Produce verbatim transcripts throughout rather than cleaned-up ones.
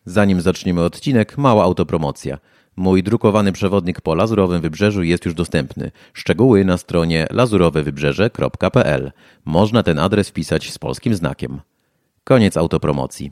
Zanim zaczniemy odcinek, mała autopromocja. Mój drukowany przewodnik po Lazurowym Wybrzeżu jest już dostępny. Szczegóły na stronie lazurowewybrzeże kropka p l. Można ten adres wpisać z polskim znakiem. Koniec autopromocji.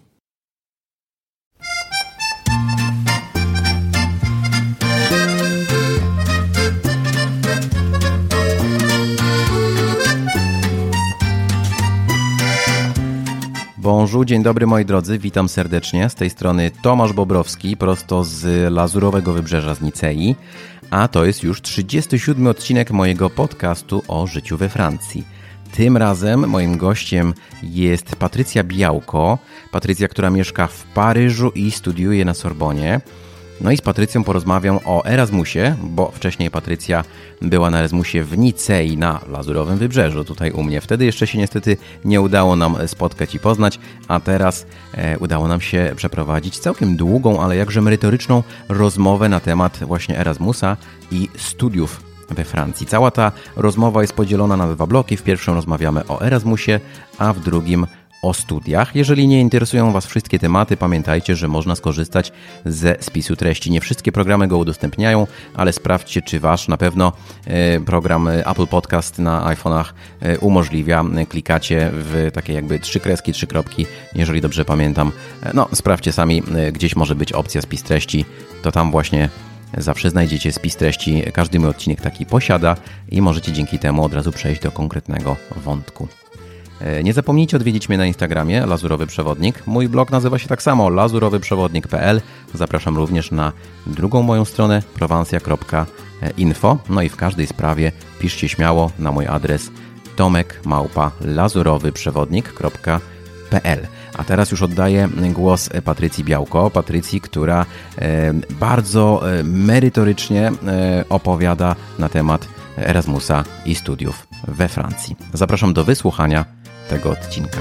Bonjour, dzień dobry moi drodzy, witam serdecznie. Z tej strony Tomasz Bobrowski, prosto z Lazurowego Wybrzeża z Nicei, a to jest już trzydziesty siódmy odcinek mojego podcastu o życiu we Francji. Tym razem moim gościem jest Patrycja Białko, Patrycja, która mieszka w Paryżu i studiuje na Sorbonie. No i z Patrycją porozmawiam o Erasmusie, bo wcześniej Patrycja była na Erasmusie w Nicei na Lazurowym Wybrzeżu, tutaj u mnie. Wtedy jeszcze się niestety nie udało nam spotkać i poznać, a teraz e, udało nam się przeprowadzić całkiem długą, ale jakże merytoryczną rozmowę na temat właśnie Erasmusa i studiów we Francji. Cała ta rozmowa jest podzielona na dwa bloki. W pierwszym rozmawiamy o Erasmusie, a w drugim o studiach. Jeżeli nie interesują Was wszystkie tematy, pamiętajcie, że można skorzystać ze spisu treści. Nie wszystkie programy go udostępniają, ale sprawdźcie, czy Wasz na pewno program Apple Podcast na iPhone'ach umożliwia. Klikacie w takie jakby trzy kreski, trzy kropki, jeżeli dobrze pamiętam. No, sprawdźcie sami, gdzieś może być opcja spis treści, to tam właśnie zawsze znajdziecie spis treści. Każdy mój odcinek taki posiada i możecie dzięki temu od razu przejść do konkretnego wątku. Nie zapomnijcie odwiedzić mnie na Instagramie, Lazurowy Przewodnik. Mój blog nazywa się tak samo, lazurowy przewodnik kropka p l. Zapraszam również na drugą moją stronę, prowansja kropka info. No i w każdej sprawie piszcie śmiało na mój adres tomek małpa lazurowyprzewodnik kropka p l. A teraz już oddaję głos Patrycji Białko. Patrycji, która bardzo merytorycznie opowiada na temat Erasmusa i studiów we Francji. Zapraszam do wysłuchania tego odcinka.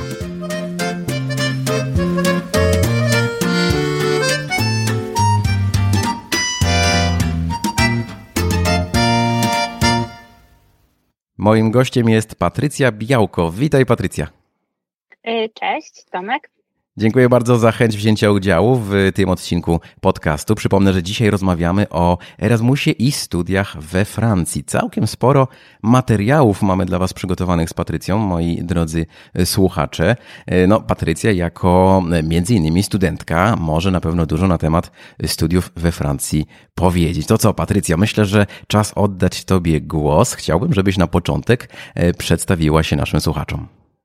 Moim gościem jest Patrycja Białko. Witaj, Patrycja. Cześć, Tomek. Dziękuję bardzo za chęć wzięcia udziału w tym odcinku podcastu. Przypomnę, że dzisiaj rozmawiamy o Erasmusie i studiach we Francji. Całkiem sporo materiałów mamy dla Was przygotowanych z Patrycją, moi drodzy słuchacze. No, Patrycja jako między innymi studentka może na pewno dużo na temat studiów we Francji powiedzieć. To co, Patrycja, myślę, że czas oddać Tobie głos. Chciałbym, żebyś na początek przedstawiła się naszym słuchaczom.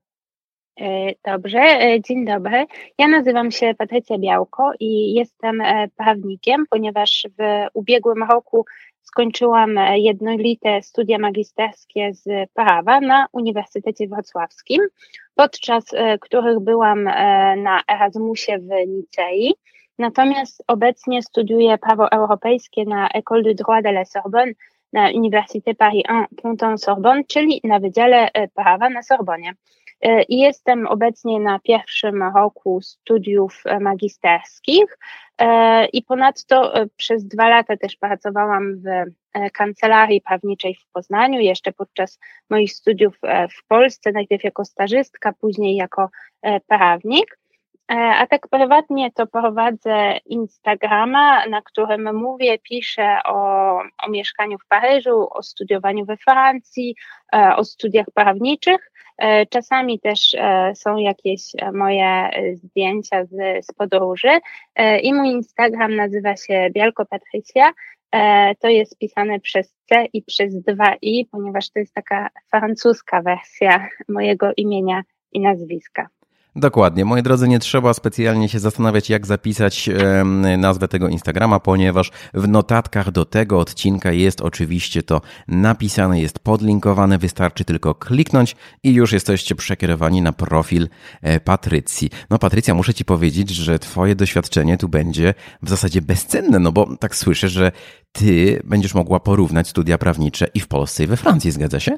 Dobrze, dzień dobry. Ja nazywam się Patrycja Białko i jestem prawnikiem, ponieważ w ubiegłym roku skończyłam jednolite studia magisterskie z prawa na Uniwersytecie Wrocławskim, podczas których byłam na Erasmusie w Nicei. Natomiast obecnie studiuję prawo europejskie na École de droit de la Sorbonne na Uniwersytecie Paris pierwszy Panthéon-Sorbonne, czyli na Wydziale Prawa na Sorbonie. I jestem obecnie na pierwszym roku studiów magisterskich i ponadto przez dwa lata też pracowałam w kancelarii prawniczej w Poznaniu, jeszcze podczas moich studiów w Polsce, najpierw jako stażystka, później jako prawnik. A tak prywatnie to prowadzę Instagrama, na którym mówię, piszę o, o mieszkaniu w Paryżu, o studiowaniu we Francji, o studiach prawniczych. Czasami też są jakieś moje zdjęcia z, z podróży i mój Instagram nazywa się Białko Patrycja. To jest pisane przez C i przez dwa i, ponieważ to jest taka francuska wersja mojego imienia i nazwiska. Dokładnie. Moi drodzy, nie trzeba specjalnie się zastanawiać, jak zapisać e, nazwę tego Instagrama, ponieważ w notatkach do tego odcinka jest oczywiście to napisane, jest podlinkowane, wystarczy tylko kliknąć i już jesteście przekierowani na profil e, Patrycji. No Patrycja, muszę Ci powiedzieć, że Twoje doświadczenie tu będzie w zasadzie bezcenne, no bo tak słyszę, że Ty będziesz mogła porównać studia prawnicze i w Polsce, i we Francji, zgadza się?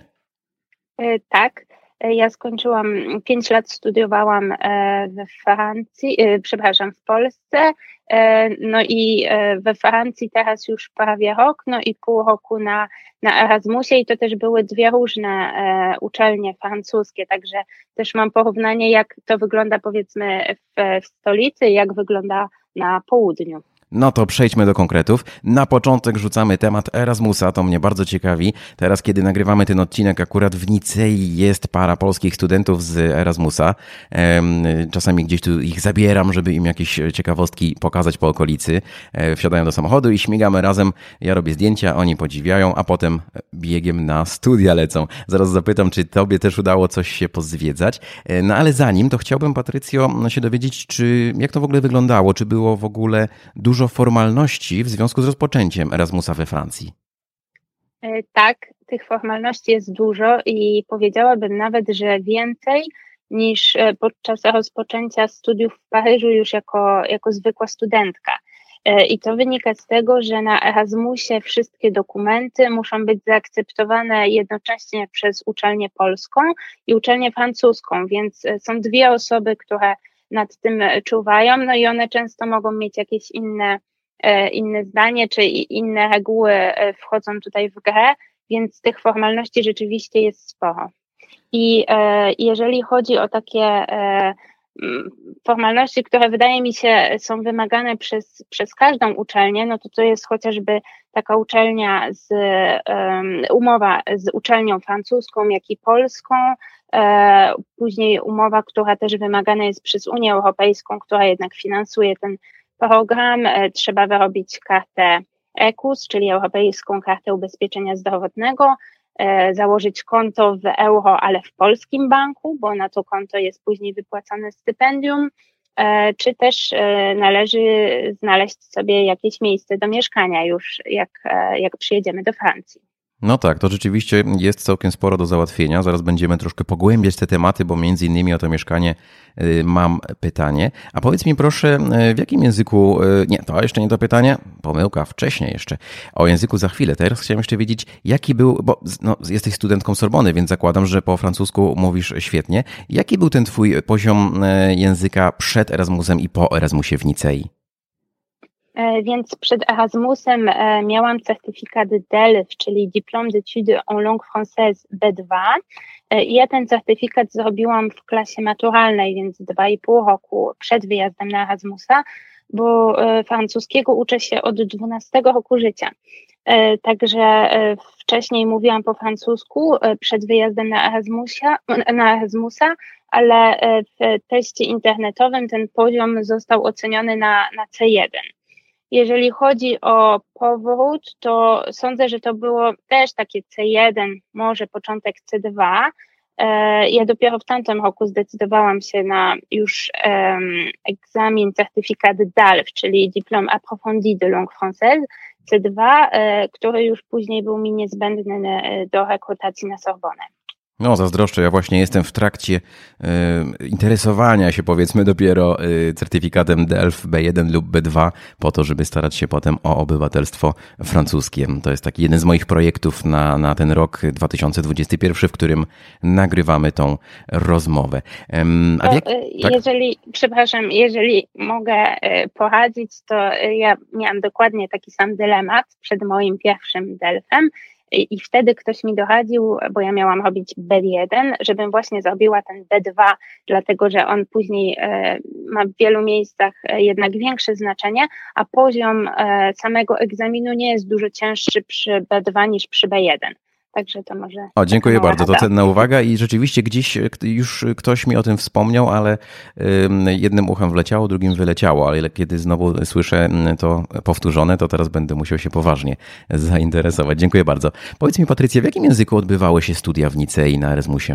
E, tak. Ja skończyłam, pięć lat studiowałam we Francji, przepraszam, w Polsce, no i we Francji teraz już prawie rok, no i pół roku na, na Erasmusie i to też były dwie różne uczelnie francuskie, także też mam porównanie, jak to wygląda powiedzmy w, w stolicy, jak wygląda na południu. No to przejdźmy do konkretów. Na początek rzucamy temat Erasmusa, to mnie bardzo ciekawi. Teraz, kiedy nagrywamy ten odcinek, akurat w Nicei jest para polskich studentów z Erasmusa. Czasami gdzieś tu ich zabieram, żeby im jakieś ciekawostki pokazać po okolicy. Wsiadają do samochodu i śmigamy razem. Ja robię zdjęcia, oni podziwiają, a potem biegiem na studia lecą. Zaraz zapytam, czy tobie też udało coś się pozwiedzać. No ale zanim, to chciałbym, Patrycjo, się dowiedzieć, czy jak to w ogóle wyglądało, czy było w ogóle dużo dużo formalności w związku z rozpoczęciem Erasmusa we Francji. Tak, tych formalności jest dużo i powiedziałabym nawet, że więcej niż podczas rozpoczęcia studiów w Paryżu już jako, jako zwykła studentka. I to wynika z tego, że na Erasmusie wszystkie dokumenty muszą być zaakceptowane jednocześnie przez uczelnię polską i uczelnię francuską, więc są dwie osoby, które nad tym czuwają, no i one często mogą mieć jakieś inne, inne zdanie, czy inne reguły wchodzą tutaj w grę, więc tych formalności rzeczywiście jest sporo. I jeżeli chodzi o takie formalności, które wydaje mi się są wymagane przez, przez każdą uczelnię, no to to jest chociażby taka uczelnia z um, umowa z uczelnią francuską, jak i polską, e, później umowa, która też wymagana jest przez Unię Europejską, która jednak finansuje ten program. E, trzeba wyrobić kartę E K U S, czyli Europejską Kartę Ubezpieczenia Zdrowotnego, założyć konto w euro, ale w polskim banku, bo na to konto jest później wypłacane stypendium, czy też należy znaleźć sobie jakieś miejsce do mieszkania już, jak, jak przyjedziemy do Francji. No tak, to rzeczywiście jest całkiem sporo do załatwienia. Zaraz będziemy troszkę pogłębiać te tematy, bo między innymi o to mieszkanie mam pytanie. A powiedz mi proszę, w jakim języku... Nie, to jeszcze nie to pytanie. Pomyłka, wcześniej jeszcze. O języku za chwilę. Teraz chciałem jeszcze wiedzieć, jaki był... Bo no, jesteś studentką Sorbony, więc zakładam, że po francusku mówisz świetnie. Jaki był ten twój poziom języka przed Erasmusem i po Erasmusie w Nicei? Więc przed Erasmusem miałam certyfikat D E L F, czyli Diplôme d'études en langue française B dwa. I ja ten certyfikat zrobiłam w klasie maturalnej, więc dwa i pół roku przed wyjazdem na Erasmusa, bo francuskiego uczę się od dwunastego roku życia. Także wcześniej mówiłam po francusku przed wyjazdem na Erasmusa, na Erasmusa, ale w teście internetowym ten poziom został oceniony na, na C jeden. Jeżeli chodzi o powrót, to sądzę, że to było też takie C jeden, może początek C dwa. Ja dopiero w tamtym roku zdecydowałam się na już um, egzamin, certyfikat D E L F, czyli Diplôme approfondi de langue française, C dwa, który już później był mi niezbędny do rekrutacji na Sorbonę. No, zazdroszczę. Ja właśnie jestem w trakcie y, interesowania się, powiedzmy, dopiero y, certyfikatem D E L F B jeden lub B dwa po to, żeby starać się potem o obywatelstwo francuskie. To jest taki jeden z moich projektów na, na ten rok dwa tysiące dwudziesty pierwszy, w którym nagrywamy tą rozmowę. Um, a jak, tak? Jeżeli, przepraszam, jeżeli mogę poradzić, to ja miałam dokładnie taki sam dylemat przed moim pierwszym D E L F-em. I wtedy ktoś mi doradził, bo ja miałam robić B jeden, żebym właśnie zrobiła ten B dwa, dlatego że on później ma w wielu miejscach jednak większe znaczenie, a poziom samego egzaminu nie jest dużo cięższy przy B dwa niż przy B jeden. Także to może... O, dziękuję bardzo, to cenna uwaga i rzeczywiście gdzieś już ktoś mi o tym wspomniał, ale jednym uchem wleciało, drugim wyleciało, ale kiedy znowu słyszę to powtórzone, to teraz będę musiał się poważnie zainteresować. Dziękuję bardzo. Powiedz mi, Patrycja, w jakim języku odbywały się studia w Nicei na Erasmusie?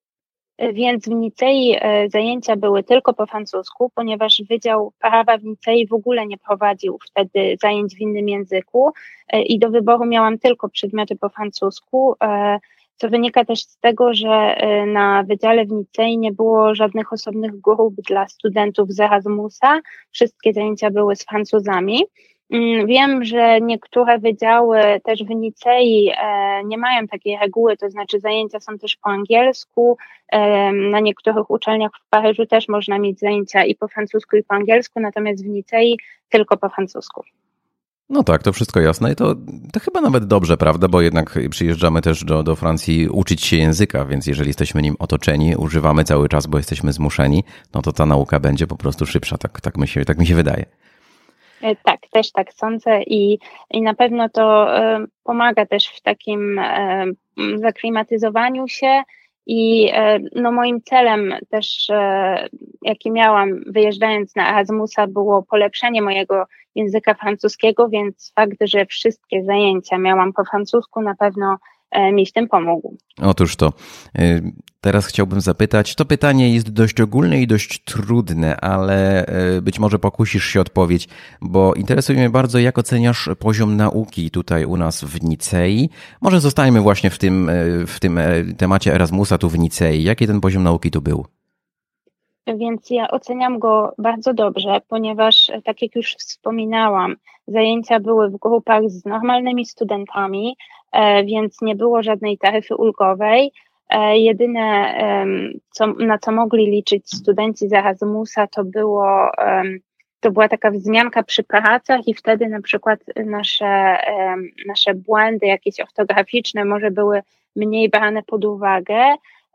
Więc w Nicei zajęcia były tylko po francusku, ponieważ Wydział Prawa w Nicei w ogóle nie prowadził wtedy zajęć w innym języku i do wyboru miałam tylko przedmioty po francusku, co wynika też z tego, że na Wydziale w Nicei nie było żadnych osobnych grup dla studentów z Erasmusa, wszystkie zajęcia były z Francuzami. Wiem, że niektóre wydziały też w Nicei nie mają takiej reguły, to znaczy zajęcia są też po angielsku. Na niektórych uczelniach w Paryżu też można mieć zajęcia i po francusku, i po angielsku, natomiast w Nicei tylko po francusku. No tak, to wszystko jasne i to, to chyba nawet dobrze, prawda, bo jednak przyjeżdżamy też do, do Francji uczyć się języka, więc jeżeli jesteśmy nim otoczeni, używamy cały czas, bo jesteśmy zmuszeni, no to ta nauka będzie po prostu szybsza, tak, tak, mi, się, tak mi się wydaje. Tak, też tak sądzę i, i na pewno to pomaga też w takim zaklimatyzowaniu się i no moim celem też, jaki miałam wyjeżdżając na Erasmusa, było polepszenie mojego języka francuskiego, więc fakt, że wszystkie zajęcia miałam po francusku, na pewno mi w tym pomógł. Otóż to. Teraz chciałbym zapytać, to pytanie jest dość ogólne i dość trudne, ale być może pokusisz się odpowiedź, bo interesuje mnie bardzo, jak oceniasz poziom nauki tutaj u nas w Nicei. Może zostańmy właśnie w tym, w tym temacie Erasmusa tu w Nicei. Jaki ten poziom nauki tu był? Więc ja oceniam go bardzo dobrze, ponieważ, tak jak już wspominałam, zajęcia były w grupach z normalnymi studentami, więc nie było żadnej taryfy ulgowej. Jedyne, co, na co mogli liczyć studenci z Erasmusa, to było, to była taka wzmianka przy pracach i wtedy na przykład nasze, nasze błędy jakieś ortograficzne może były mniej brane pod uwagę,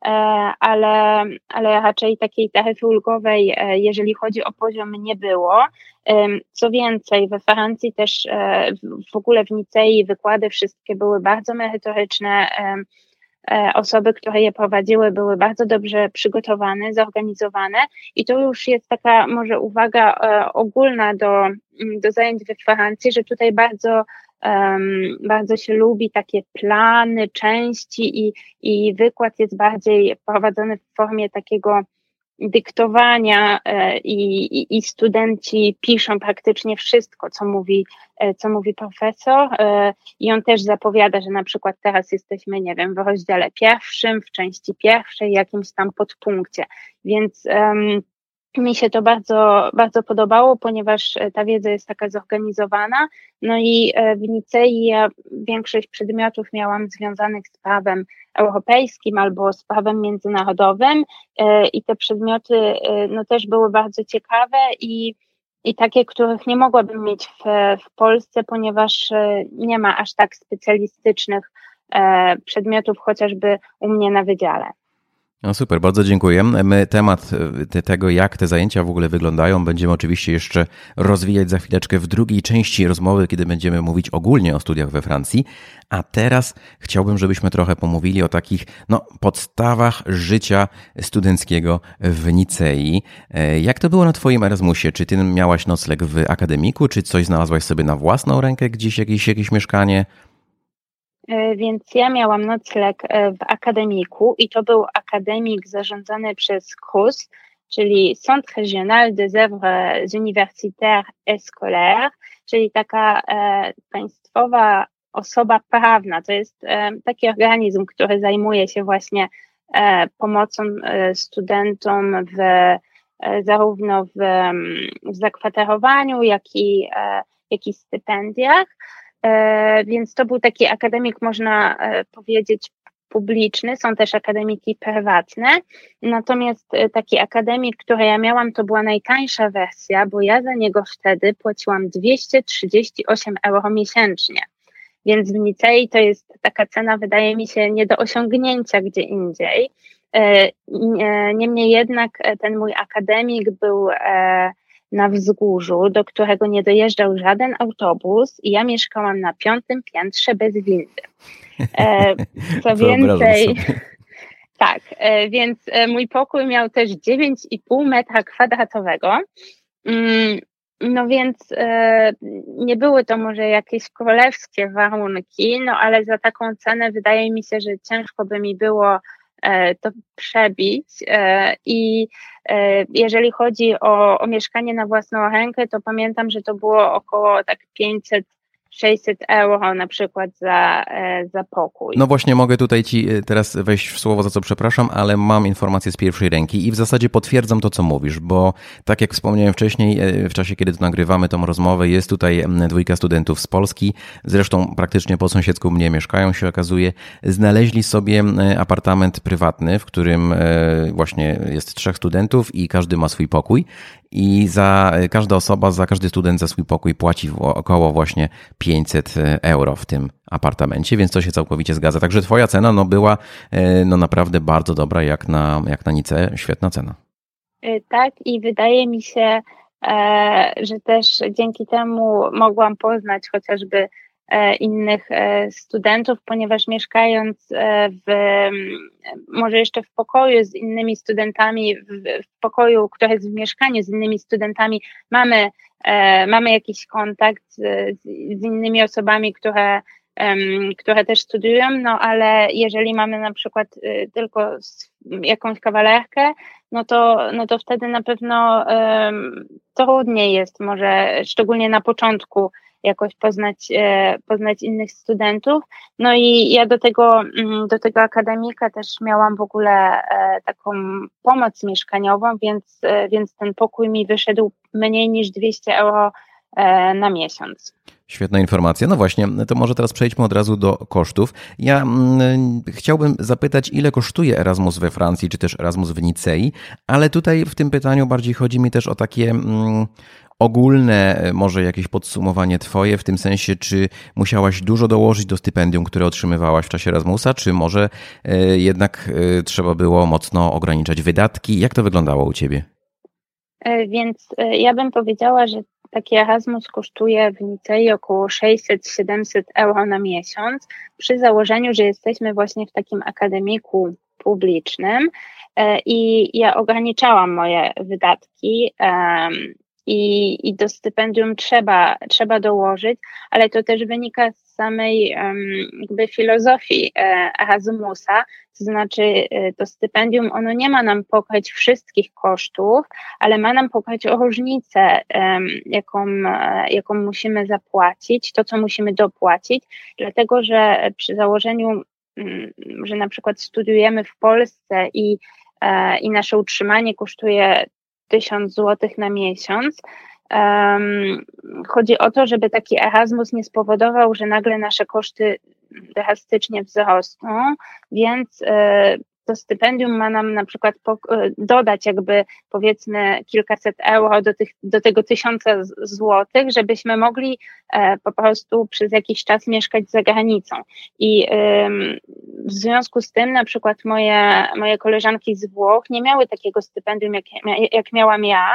ale, ale raczej takiej taryfy ulgowej, jeżeli chodzi o poziom, nie było. Co więcej, we Francji też w ogóle w Nicei wykłady wszystkie były bardzo merytoryczne. Osoby, które je prowadziły, były bardzo dobrze przygotowane, zorganizowane i to już jest taka może uwaga ogólna do, do zajęć we Francji, że tutaj bardzo Um, bardzo się lubi takie plany, części i, i wykład jest bardziej prowadzony w formie takiego dyktowania e, i, i studenci piszą praktycznie wszystko, co mówi, e, co mówi profesor e, i on też zapowiada, że na przykład teraz jesteśmy, nie wiem, w rozdziale pierwszym, w części pierwszej, jakimś tam podpunkcie, więc um, mi się to bardzo, bardzo podobało, ponieważ ta wiedza jest taka zorganizowana. No i w Nicei ja większość przedmiotów miałam związanych z prawem europejskim albo z prawem międzynarodowym i te przedmioty no, też były bardzo ciekawe i, i takie, których nie mogłabym mieć w, w Polsce, ponieważ nie ma aż tak specjalistycznych przedmiotów, chociażby u mnie na wydziale. No super, bardzo dziękuję. My temat tego, jak te zajęcia w ogóle wyglądają, będziemy oczywiście jeszcze rozwijać za chwileczkę w drugiej części rozmowy, kiedy będziemy mówić ogólnie o studiach we Francji. A teraz chciałbym, żebyśmy trochę pomówili o takich no, podstawach życia studenckiego w Nicei. Jak to było na twoim Erasmusie? Czy ty miałaś nocleg w akademiku, czy coś znalazłaś sobie na własną rękę, gdzieś jakieś, jakieś mieszkanie? Więc ja miałam nocleg w akademiku i to był akademik zarządzany przez C R U S, czyli Centre Régional des Œuvres Universitaires et Scolaires, czyli taka e, państwowa osoba prawna. To jest e, taki organizm, który zajmuje się właśnie e, pomocą e, studentom w, e, zarówno w, w zakwaterowaniu, jak i, e, jak i stypendiach. E, więc to był taki akademik, można e, powiedzieć, publiczny, są też akademiki prywatne, natomiast e, taki akademik, który ja miałam, to była najtańsza wersja, bo ja za niego wtedy płaciłam dwieście trzydzieści osiem euro miesięcznie, więc w Nicei to jest taka cena, wydaje mi się, nie do osiągnięcia gdzie indziej. E, niemniej jednak ten mój akademik był e, na wzgórzu, do którego nie dojeżdżał żaden autobus i ja mieszkałam na piątym piętrze bez windy. E, co więcej, tak, e, więc mój pokój miał też dziewięć i pół metra kwadratowego. Mm, no więc e, nie były to może jakieś królewskie warunki, no ale za taką cenę wydaje mi się, że ciężko by mi było to przebić i jeżeli chodzi o, o mieszkanie na własną rękę, to pamiętam, że to było około tak pięćset sześćset euro na przykład za, za pokój. No właśnie mogę tutaj ci teraz wejść w słowo, za co przepraszam, ale mam informację z pierwszej ręki i w zasadzie potwierdzam to, co mówisz, bo tak jak wspomniałem wcześniej, w czasie, kiedy tu nagrywamy tą rozmowę, jest tutaj dwójka studentów z Polski, zresztą praktycznie po sąsiedzku mnie mieszkają, się okazuje, znaleźli sobie apartament prywatny, w którym właśnie jest trzech studentów i każdy ma swój pokój i za każda osoba, za każdy student za swój pokój płaci około właśnie pięćset euro w tym apartamencie, więc to się całkowicie zgadza. Także twoja cena no, była no, naprawdę bardzo dobra, jak na, jak na Nicę, świetna cena. Tak i wydaje mi się, że też dzięki temu mogłam poznać chociażby innych studentów, ponieważ mieszkając w, może jeszcze w pokoju z innymi studentami, w, w pokoju, który jest w mieszkaniu z innymi studentami, mamy, mamy jakiś kontakt z, z innymi osobami, które, które też studiują, no ale jeżeli mamy na przykład tylko jakąś kawalerkę, no to, no to wtedy na pewno trudniej jest, może szczególnie na początku, jakoś poznać, poznać innych studentów. No i ja do tego, do tego akademika też miałam w ogóle taką pomoc mieszkaniową, więc, więc ten pokój mi wyszedł mniej niż dwieście euro na miesiąc. Świetna informacja. No właśnie, to może teraz przejdźmy od razu do kosztów. Ja mm, chciałbym zapytać, ile kosztuje Erasmus we Francji, czy też Erasmus w Nicei, ale tutaj w tym pytaniu bardziej chodzi mi też o takie mm, ogólne, może jakieś podsumowanie twoje, w tym sensie, czy musiałaś dużo dołożyć do stypendium, które otrzymywałaś w czasie Erasmusa, czy może y, jednak y, trzeba było mocno ograniczać wydatki? Jak to wyglądało u ciebie? Więc ja bym powiedziała, że taki Erasmus kosztuje w Nicei około sześćset do siedemset euro na miesiąc, przy założeniu, że jesteśmy właśnie w takim akademiku publicznym i ja ograniczałam moje wydatki i, i do stypendium trzeba, trzeba dołożyć, ale to też wynika z samej jakby filozofii Erasmusa, to znaczy to stypendium, ono nie ma nam pokryć wszystkich kosztów, ale ma nam pokryć różnicę, jaką, jaką musimy zapłacić, to co musimy dopłacić, dlatego że przy założeniu, że na przykład studiujemy w Polsce i, i nasze utrzymanie kosztuje tysiąc złotych na miesiąc, Um, chodzi o to, żeby taki Erasmus nie spowodował, że nagle nasze koszty drastycznie wzrosną, więc y, to stypendium ma nam na przykład po, y, dodać jakby powiedzmy kilkaset euro do, tych, do tego tysiąca złotych, żebyśmy mogli y, po prostu przez jakiś czas mieszkać za granicą. I y, w związku z tym na przykład moje, moje koleżanki z Włoch nie miały takiego stypendium, jak, jak miałam ja,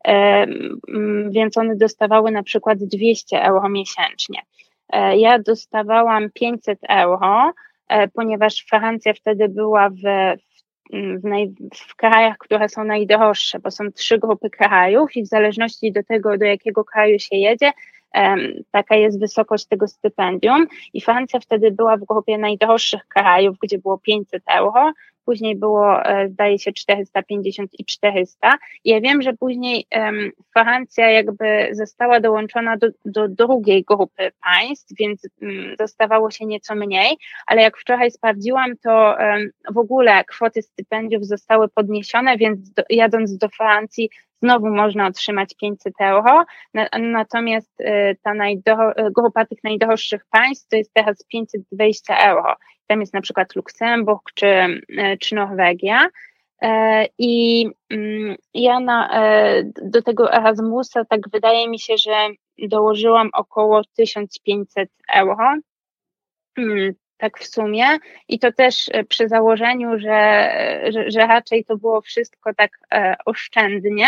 więc one dostawały na przykład dwieście euro miesięcznie. Ja dostawałam pięćset euro, ponieważ Francja wtedy była w, w, naj, w krajach, które są najdroższe, bo są trzy grupy krajów i w zależności do tego, do jakiego kraju się jedzie, taka jest wysokość tego stypendium i Francja wtedy była w grupie najdroższych krajów, gdzie było pięćset euro, później było, zdaje się, czterysta pięćdziesiąt i czterysta. I ja wiem, że później um, Francja jakby została dołączona do, do drugiej grupy państw, więc um, dostawało się nieco mniej, ale jak wczoraj sprawdziłam, to um, w ogóle kwoty stypendiów zostały podniesione, więc do, jadąc do Francji znowu można otrzymać pięćset euro, natomiast y, ta najdro- grupa tych najdroższych państw to jest teraz pięćset dwadzieścia euro. Tam jest na przykład Luksemburg czy, czy Norwegia. I ja na, do tego Erasmusa tak wydaje mi się, że dołożyłam około tysiąc pięćset euro. Tak w sumie. I to też przy założeniu, że, że, że raczej to było wszystko tak oszczędnie.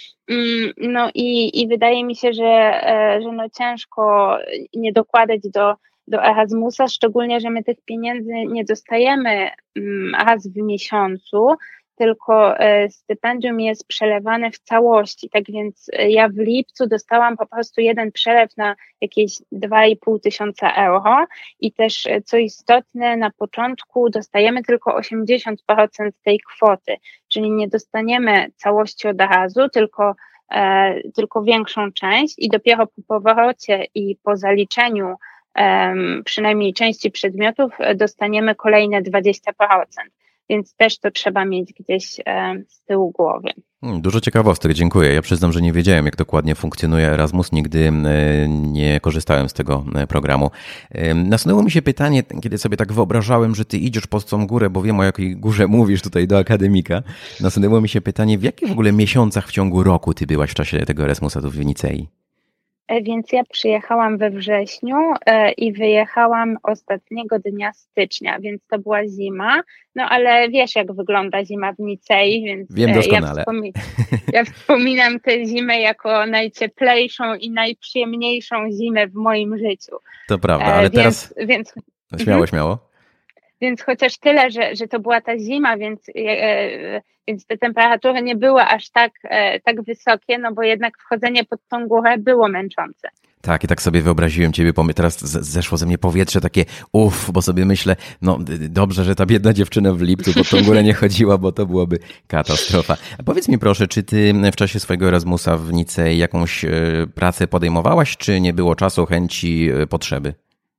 No i, i wydaje mi się, że, że no ciężko nie dokładać do do Erasmusa, szczególnie, że my tych pieniędzy nie dostajemy raz w miesiącu, tylko stypendium jest przelewane w całości. Tak więc ja w lipcu dostałam po prostu jeden przelew na jakieś dwa i pół tysiąca euro i też co istotne, na początku dostajemy tylko osiemdziesiąt procent tej kwoty, czyli nie dostaniemy całości od razu, tylko, e, tylko większą część i dopiero po powrocie i po zaliczeniu Um, przynajmniej części przedmiotów dostaniemy kolejne dwadzieścia procent, więc też to trzeba mieć gdzieś um, z tyłu głowy. Dużo ciekawostek, dziękuję. Ja przyznam, że nie wiedziałem, jak dokładnie funkcjonuje Erasmus, nigdy nie korzystałem z tego programu. Nasunęło mi się pytanie, kiedy sobie tak wyobrażałem, że ty idziesz pod tą górę, bo wiem, o jakiej górze mówisz tutaj do akademika. Nasunęło mi się pytanie, w jakich w ogóle miesiącach w ciągu roku ty byłaś w czasie tego Erasmusa tu w Nicei? Więc ja przyjechałam we wrześniu i wyjechałam ostatniego dnia stycznia, więc to była zima. No ale wiesz, jak wygląda zima w Nicei, więc Wiem doskonale. Ja, wspomi- ja wspominam tę zimę jako najcieplejszą i najprzyjemniejszą zimę w moim życiu. To prawda, ale więc, teraz... Więc, śmiało, mhm. śmiało. Więc chociaż tyle, że, że to była ta zima, więc, e, więc te temperatury nie były aż tak, e, tak wysokie, no bo jednak wchodzenie pod tą górę było męczące. Tak, i tak sobie wyobraziłem ciebie, teraz zeszło ze mnie powietrze takie uff, bo sobie myślę, no dobrze, że ta biedna dziewczyna w lipcu pod tą górę nie chodziła, bo to byłoby katastrofa. A powiedz mi proszę, czy ty w czasie swojego Erasmusa w Nicei jakąś pracę podejmowałaś, czy nie było czasu, chęci, potrzeby?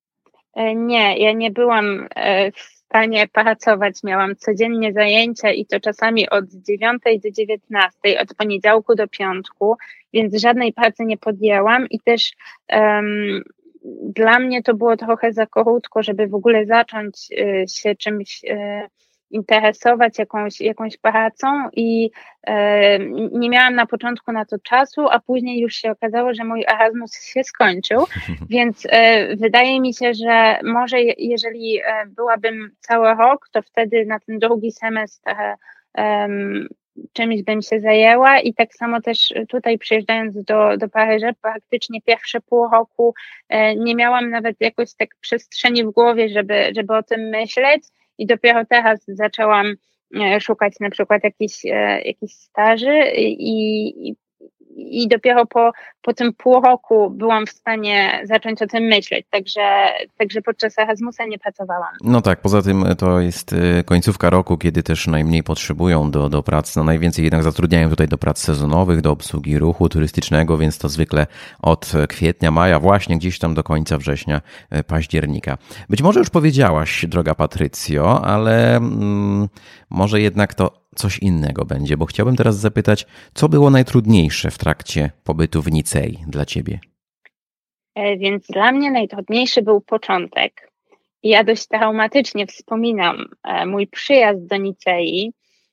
Nie, ja nie byłam w stanie pracować. Miałam codziennie zajęcia i to czasami od dziewiątej do dziewiętnastej, od poniedziałku do piątku, więc żadnej pracy nie podjęłam i też um, dla mnie to było trochę za krótko, żeby w ogóle zacząć y, się czymś y, interesować, jakąś, jakąś pracą i e, nie miałam na początku na to czasu, a później już się okazało, że mój Erasmus się skończył, więc e, wydaje mi się, że może jeżeli e, byłabym cały rok, to wtedy na ten drugi semestr e, czymś bym się zajęła i tak samo też tutaj przyjeżdżając do, do Paryża, praktycznie pierwsze pół roku e, nie miałam nawet jakoś tak przestrzeni w głowie, żeby, żeby o tym myśleć. I dopiero teraz zaczęłam szukać na przykład jakichś, jakichś staży i, i, i dopiero po, po tym pół roku byłam w stanie zacząć o tym myśleć, także, także podczas Erasmusa nie pracowałam. No tak, poza tym to jest końcówka roku, kiedy też najmniej potrzebują do, do prac, no najwięcej jednak zatrudniają tutaj do prac sezonowych, do obsługi ruchu turystycznego, więc to zwykle od kwietnia, maja, właśnie gdzieś tam do końca września, października. Być może już powiedziałaś, droga Patrycjo, ale mm, może jednak to coś innego będzie, bo chciałbym teraz zapytać, co było najtrudniejsze w trakcie pobytu w Nicei dla ciebie? Więc dla mnie najtrudniejszy był początek. Ja dość traumatycznie wspominam mój przyjazd do Nicei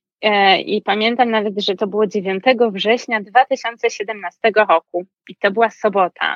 i pamiętam nawet, że to było dziewiątego września dwa tysiące siedemnastego roku i to była sobota.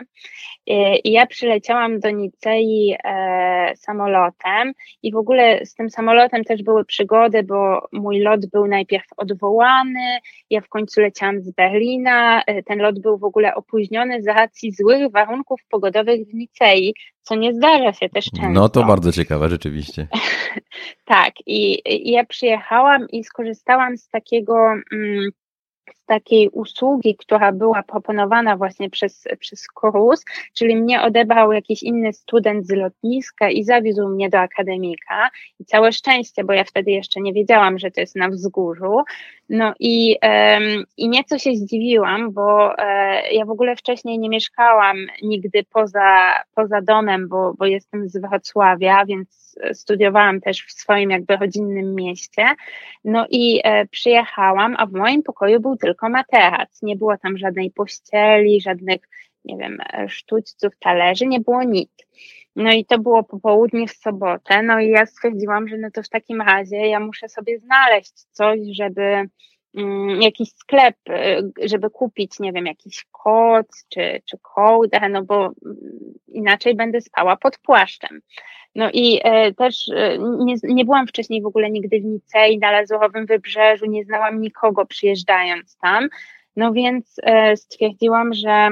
I ja przyleciałam do Nicei e, samolotem i w ogóle z tym samolotem też były przygody, bo mój lot był najpierw odwołany, ja w końcu leciałam z Berlina, ten lot był w ogóle opóźniony z racji złych warunków pogodowych w Nicei, co nie zdarza się też często. No to bardzo ciekawe, rzeczywiście. Tak, i, i ja przyjechałam i skorzystałam z takiego... Mm, z takiej usługi, która była proponowana właśnie przez, przez KRUS, czyli mnie odebrał jakiś inny student z lotniska i zawiózł mnie do akademika i całe szczęście, bo ja wtedy jeszcze nie wiedziałam, że to jest na wzgórzu. No i, um, i nieco się zdziwiłam, bo e, ja w ogóle wcześniej nie mieszkałam nigdy poza, poza domem, bo, bo jestem z Wrocławia, więc studiowałam też w swoim jakby rodzinnym mieście. No i e, przyjechałam, a w moim pokoju był tylko materac. Nie było tam żadnej pościeli, żadnych, nie wiem, sztućców, talerzy, nie było nic. No i to było popołudnie w sobotę, no i ja stwierdziłam, że no to w takim razie ja muszę sobie znaleźć coś, żeby um, jakiś sklep, żeby kupić, nie wiem, jakiś koc czy, czy kołdrę, no bo inaczej będę spała pod płaszczem. No i e, też e, nie, nie byłam wcześniej w ogóle nigdy w Nicei, na Lazurowym Wybrzeżu, nie znałam nikogo przyjeżdżając tam, no więc e, stwierdziłam, że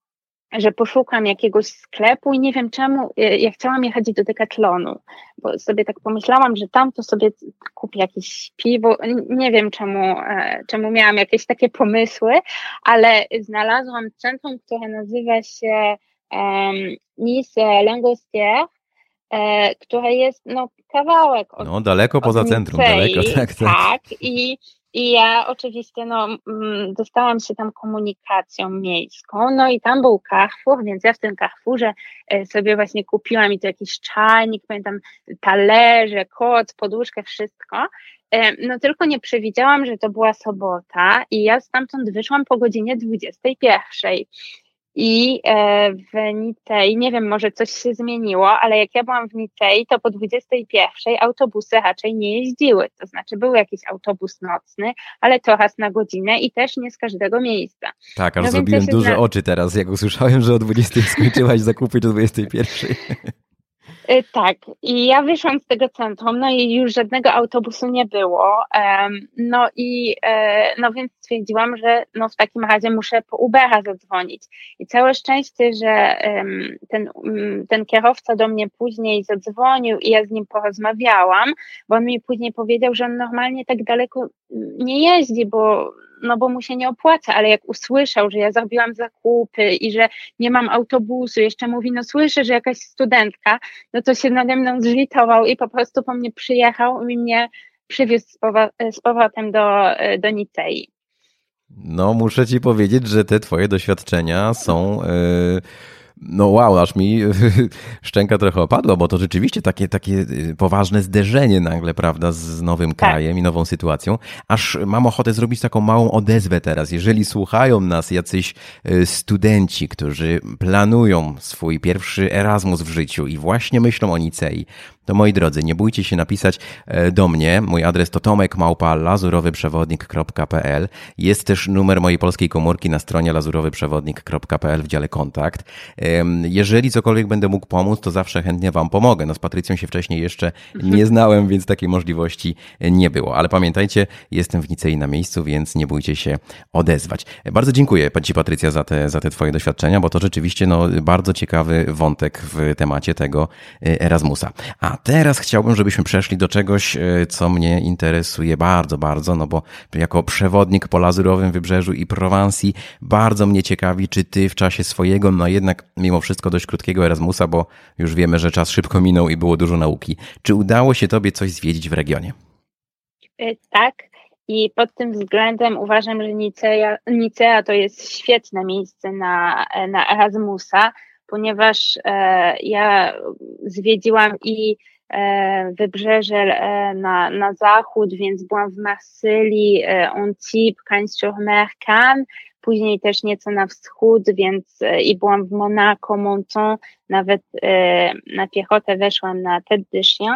że poszukam jakiegoś sklepu i nie wiem czemu, ja chciałam jechać do Decathlonu, bo sobie tak pomyślałam, że tam to sobie kupię jakieś piwo, nie wiem czemu, czemu miałam jakieś takie pomysły, ale znalazłam centrum, które nazywa się um, Nice Langostière, e, które jest no kawałek od No daleko od poza centrum, Nicei, daleko, tak, tak. tak i I ja oczywiście no, dostałam się tam komunikacją miejską, no i tam był Carrefour, więc ja w tym Carrefourze sobie właśnie kupiłam i to jakiś czajnik, pamiętam talerze, koc, poduszkę, wszystko. No tylko nie przewidziałam, że to była sobota i ja stamtąd wyszłam po godzinie dwudziestej pierwszej. I w Nicei, nie wiem, może coś się zmieniło, ale jak ja byłam w Nicei, to po dwudziestej pierwszej autobusy raczej nie jeździły. To znaczy był jakiś autobus nocny, ale to raz na godzinę i też nie z każdego miejsca. Tak, aż No więc zrobiłem ja duże zna... oczy teraz, jak usłyszałem, że o dwudziestej skończyłaś zakupy do dwudziestej pierwszej. Tak, i ja wyszłam z tego centrum, no i już żadnego autobusu nie było, no i no więc stwierdziłam, że no w takim razie muszę po Ubera zadzwonić i całe szczęście, że ten, ten kierowca do mnie później zadzwonił i ja z nim porozmawiałam, bo on mi później powiedział, że on normalnie tak daleko nie jeździ, bo no bo mu się nie opłaca, ale jak usłyszał, że ja zrobiłam zakupy i że nie mam autobusu, jeszcze mówi, no słyszę, że jakaś studentka, no to się nade mną zlitował i po prostu po mnie przyjechał i mnie przywiózł z, powo- z powrotem do, do Nicei. No muszę ci powiedzieć, że te twoje doświadczenia są... Yy... No wow, aż mi szczęka trochę opadła, bo to rzeczywiście takie, takie poważne zderzenie nagle, prawda, z nowym krajem tak. i nową sytuacją. Aż mam ochotę zrobić taką małą odezwę teraz. Jeżeli słuchają nas jacyś studenci, którzy planują swój pierwszy Erasmus w życiu i właśnie myślą o Nicei, to moi drodzy, nie bójcie się napisać do mnie. Mój adres to tomek małpa lazurowyprzewodnik kropka p l. Jest też numer mojej polskiej komórki na stronie lazurowyprzewodnik kropka p l w dziale kontakt. Jeżeli cokolwiek będę mógł pomóc, to zawsze chętnie wam pomogę. No z Patrycją się wcześniej jeszcze nie znałem, więc takiej możliwości nie było. Ale pamiętajcie, jestem w Nicei na miejscu, więc nie bójcie się odezwać. Bardzo dziękuję ci, Patrycja, za te, za te twoje doświadczenia, bo to rzeczywiście no, bardzo ciekawy wątek w temacie tego Erasmusa. A teraz chciałbym, żebyśmy przeszli do czegoś, co mnie interesuje bardzo, bardzo, no bo jako przewodnik po Lazurowym Wybrzeżu i Prowansji bardzo mnie ciekawi, czy ty w czasie swojego, no jednak mimo wszystko dość krótkiego Erasmusa, bo już wiemy, że czas szybko minął i było dużo nauki. Czy udało się tobie coś zwiedzić w regionie? Tak. I pod tym względem uważam, że Nicea, Nicea to jest świetne miejsce na, na Erasmusa, ponieważ e, ja zwiedziłam i e, wybrzeże e, na, na zachód, więc byłam w Marsylii, e, Antibes, Cagnes-sur-Mer, Cannes, później też nieco na wschód, więc e, i byłam w Monaco, Menton, nawet e, na piechotę weszłam na Tête de Chien.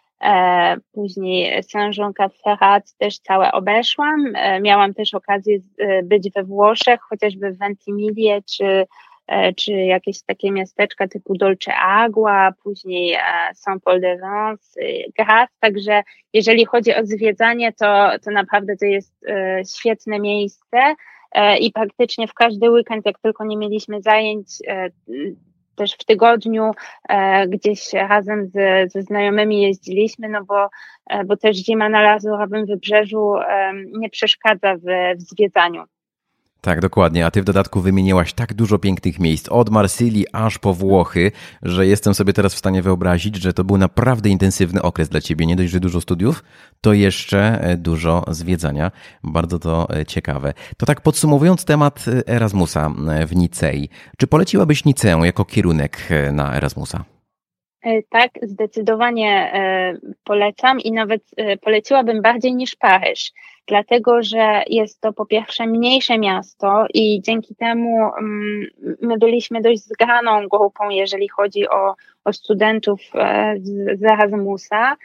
E, później Saint-Jean-Cap-Ferrat też całe obeszłam. E, miałam też okazję z, e, być we Włoszech, chociażby w Ventimiglie, czy, e, czy jakieś takie miasteczka typu Dolce Agua, później e, Saint-Paul-de-Vence, e, Grasse. Także jeżeli chodzi o zwiedzanie, to, to naprawdę to jest e, świetne miejsce e, i praktycznie w każdy weekend, jak tylko nie mieliśmy zajęć, e, też w tygodniu e, gdzieś razem z, ze znajomymi jeździliśmy, no bo, e, bo też zima na Lazurowym Wybrzeżu e, nie przeszkadza w, w zwiedzaniu. Tak, dokładnie. A ty w dodatku wymieniłaś tak dużo pięknych miejsc, od Marsylii aż po Włochy, że jestem sobie teraz w stanie wyobrazić, że to był naprawdę intensywny okres dla ciebie. Nie dość, że dużo studiów, to jeszcze dużo zwiedzania. Bardzo to ciekawe. To tak podsumowując temat Erasmusa w Nicei. Czy poleciłabyś Niceę jako kierunek na Erasmusa? Tak, zdecydowanie polecam i nawet poleciłabym bardziej niż Paryż, dlatego że jest to po pierwsze mniejsze miasto i dzięki temu my byliśmy dość zgraną grupą, jeżeli chodzi o, o studentów z, z Erasmusa.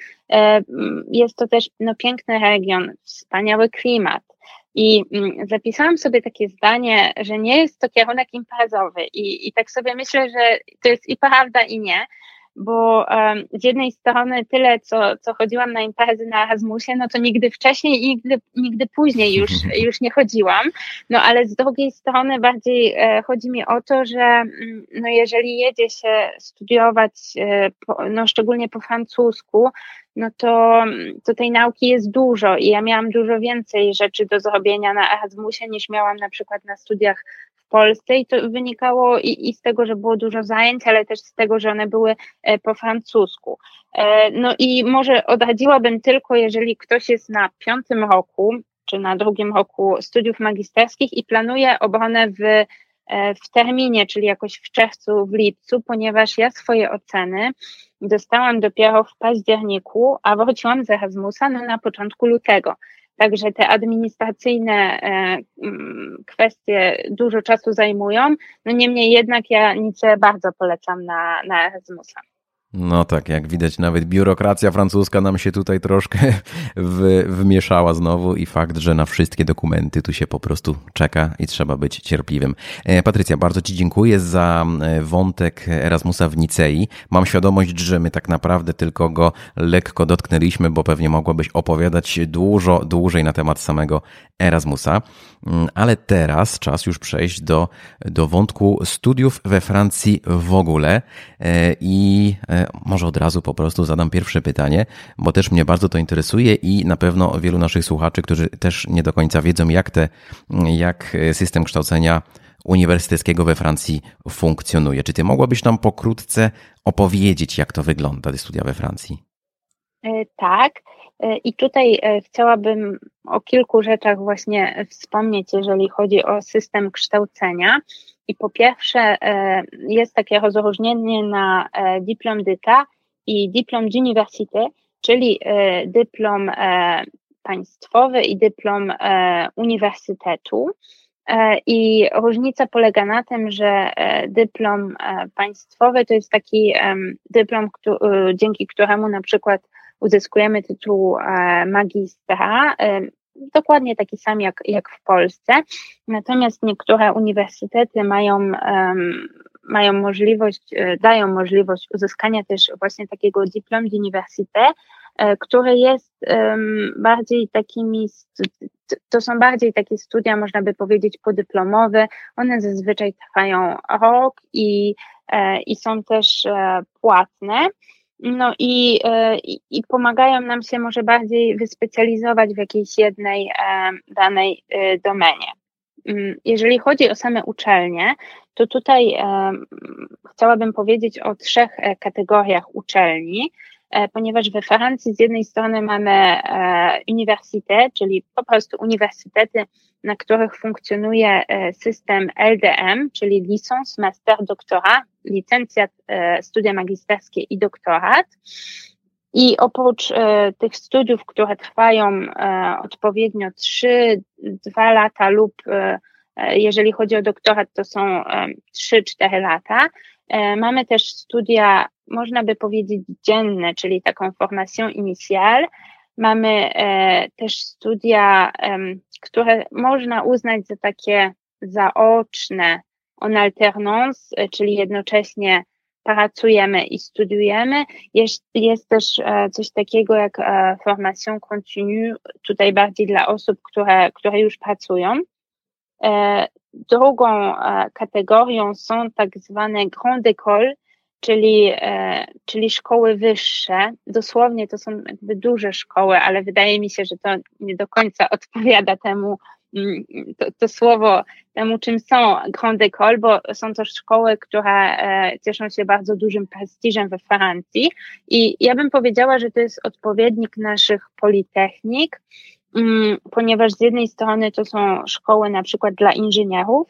Jest to też no, piękny region, wspaniały klimat. I zapisałam sobie takie zdanie, że nie jest to kierunek imprezowy i, i tak sobie myślę, że to jest i prawda i nie, bo um, z jednej strony tyle, co, co chodziłam na imprezy na Erasmusie, no to nigdy wcześniej i nigdy, nigdy później już, już nie chodziłam, no ale z drugiej strony bardziej e, chodzi mi o to, że no jeżeli jedzie się studiować, e, po, no szczególnie po francusku, no to, to tej nauki jest dużo i ja miałam dużo więcej rzeczy do zrobienia na Erasmusie niż miałam na przykład na studiach w Polsce i to wynikało i, i z tego, że było dużo zajęć, ale też z tego, że one były po francusku. No i może odradziłabym tylko, jeżeli ktoś jest na piątym roku, czy na drugim roku studiów magisterskich i planuje obronę w, w terminie, czyli jakoś w czerwcu, w lipcu, ponieważ ja swoje oceny dostałam dopiero w październiku, a wróciłam z Erasmusa no, na początku lutego. także te administracyjne kwestie dużo czasu zajmują. No niemniej jednak ja Nicę bardzo polecam na, na Erasmusa. No tak, jak widać, nawet biurokracja francuska nam się tutaj troszkę w, wmieszała znowu i fakt, że na wszystkie dokumenty tu się po prostu czeka i trzeba być cierpliwym. Patrycja, bardzo Ci dziękuję za wątek Erasmusa w Nicei. Mam świadomość, że my tak naprawdę tylko go lekko dotknęliśmy, bo pewnie mogłabyś opowiadać dużo dłużej na temat samego Erasmusa. Ale teraz czas już przejść do, do wątku studiów we Francji w ogóle i może od razu po prostu zadam pierwsze pytanie, bo też mnie bardzo to interesuje i na pewno wielu naszych słuchaczy, którzy też nie do końca wiedzą, jak, te, jak system kształcenia uniwersyteckiego we Francji funkcjonuje. Czy ty mogłabyś nam pokrótce opowiedzieć, jak to wygląda, te studia we Francji? Tak. I tutaj chciałabym o kilku rzeczach właśnie wspomnieć, jeżeli chodzi o system kształcenia. I po pierwsze jest takie rozróżnienie na dyplom d'État i dyplom d'université, czyli dyplom państwowy i dyplom uniwersytetu. I różnica polega na tym, że dyplom państwowy to jest taki dyplom, dzięki któremu na przykład uzyskujemy tytuł magistra, dokładnie taki sam jak, jak w Polsce. Natomiast niektóre uniwersytety mają, um, mają możliwość, dają możliwość uzyskania też właśnie takiego dyplom d'université, który jest um, bardziej takimi, to są bardziej takie studia, można by powiedzieć, podyplomowe. One zazwyczaj trwają rok i, i są też płatne. No i, i, i pomagają nam się może bardziej wyspecjalizować w jakiejś jednej e, danej e, domenie. Jeżeli chodzi o same uczelnie, to tutaj e, chciałabym powiedzieć o trzech kategoriach uczelni, e, ponieważ we Francji z jednej strony mamy e, uniwersytet, czyli po prostu uniwersytety, na których funkcjonuje system L D M, czyli licence, master, doktorat, licencjat, studia magisterskie i doktorat. I oprócz e, tych studiów, które trwają e, odpowiednio trzy dwa lata lub e, jeżeli chodzi o doktorat, to są e, trzy cztery lata, e, mamy też studia, można by powiedzieć, dzienne, czyli taką formation initiale. Mamy e, też studia, e, które można uznać za takie zaoczne en alternance, czyli jednocześnie pracujemy i studiujemy. Jest, jest też e, coś takiego jak e, formation continue, tutaj bardziej dla osób, które, które już pracują. E, drugą e, kategorią są tak zwane grande école, czyli, e, czyli szkoły wyższe. Dosłownie to są jakby duże szkoły, ale wydaje mi się, że to nie do końca odpowiada temu, To, to słowo temu, czym są grande école, bo są to szkoły, które e, cieszą się bardzo dużym prestiżem we Francji i ja bym powiedziała, że to jest odpowiednik naszych politechnik, mm, ponieważ z jednej strony to są szkoły na przykład dla inżynierów,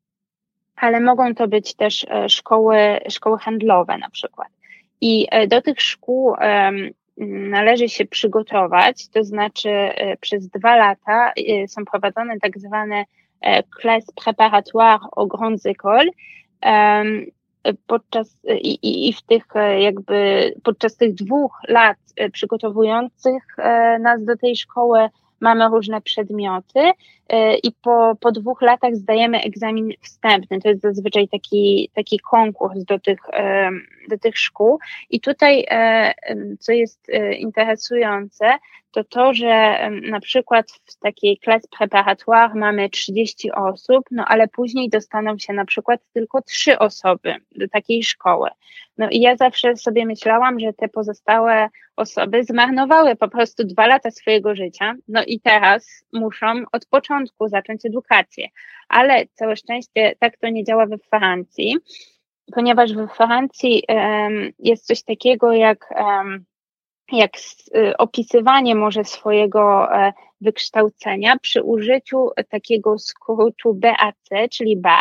ale mogą to być też e, szkoły, szkoły handlowe na przykład. I e, do tych szkół e, należy się przygotować, to znaczy przez dwa lata są prowadzone tak zwane classes préparatoires aux grandes écoles. Podczas i, i w tych jakby podczas tych dwóch lat przygotowujących nas do tej szkoły mamy różne przedmioty i po, po dwóch latach zdajemy egzamin wstępny. To jest zazwyczaj taki, taki konkurs do tych, do tych szkół. I tutaj, co jest interesujące, to to, że na przykład w takiej classe préparatoire mamy trzydzieści osób, no ale później dostaną się na przykład tylko trzy osoby do takiej szkoły. No i ja zawsze sobie myślałam, że te pozostałe osoby zmarnowały po prostu dwa lata swojego życia, no i teraz muszą od początku zacząć edukację. Ale całe szczęście tak to nie działa we Francji, ponieważ we Francji um, jest coś takiego jak um, jak opisywanie może swojego wykształcenia przy użyciu takiego skrótu B A C, czyli B A C,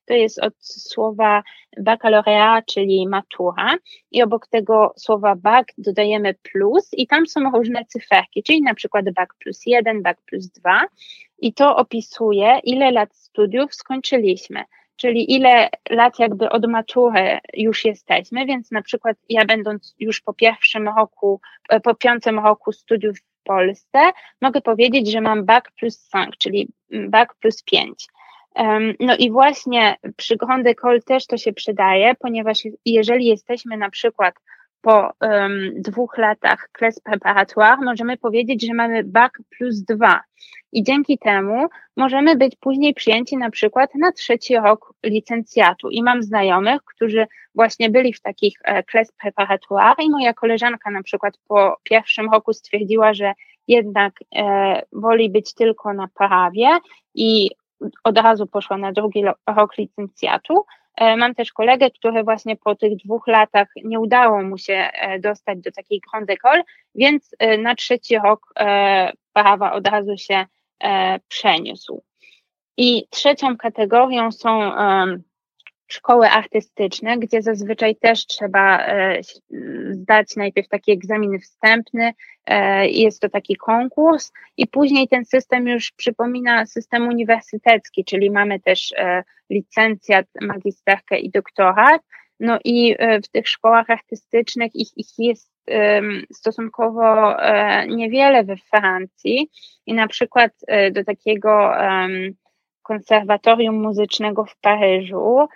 to jest od słowa baccalaureat, czyli matura i obok tego słowa bac dodajemy plus i tam są różne cyferki, czyli na przykład bac plus jeden, bac plus dwa i to opisuje, ile lat studiów skończyliśmy. Czyli ile lat jakby od matury już jesteśmy, więc na przykład ja będąc już po pierwszym roku, po piątym roku studiów w Polsce, mogę powiedzieć, że mam bac plus pięć, czyli bac plus pięć. No i właśnie przy Grande École też to się przydaje, ponieważ jeżeli jesteśmy na przykład po um, dwóch latach classe préparatoire, możemy powiedzieć, że mamy bac plus dwa i dzięki temu możemy być później przyjęci na przykład na trzeci rok licencjatu i mam znajomych, którzy właśnie byli w takich e, classe préparatoire i moja koleżanka na przykład po pierwszym roku stwierdziła, że jednak e, woli być tylko na prawie i od razu poszła na drugi rok licencjatu. Mam też kolegę, który właśnie po tych dwóch latach nie udało mu się dostać do takiej Grande École, więc na trzeci rok prawa od razu się przeniósł. I trzecią kategorią są szkoły artystyczne, gdzie zazwyczaj też trzeba e, zdać najpierw taki egzamin wstępny, e, jest to taki konkurs i później ten system już przypomina system uniwersytecki, czyli mamy też e, licencjat, magisterkę i doktorat. No i e, w tych szkołach artystycznych ich, ich jest e, stosunkowo e, niewiele we Francji i na przykład e, do takiego e, konserwatorium muzycznego w Paryżu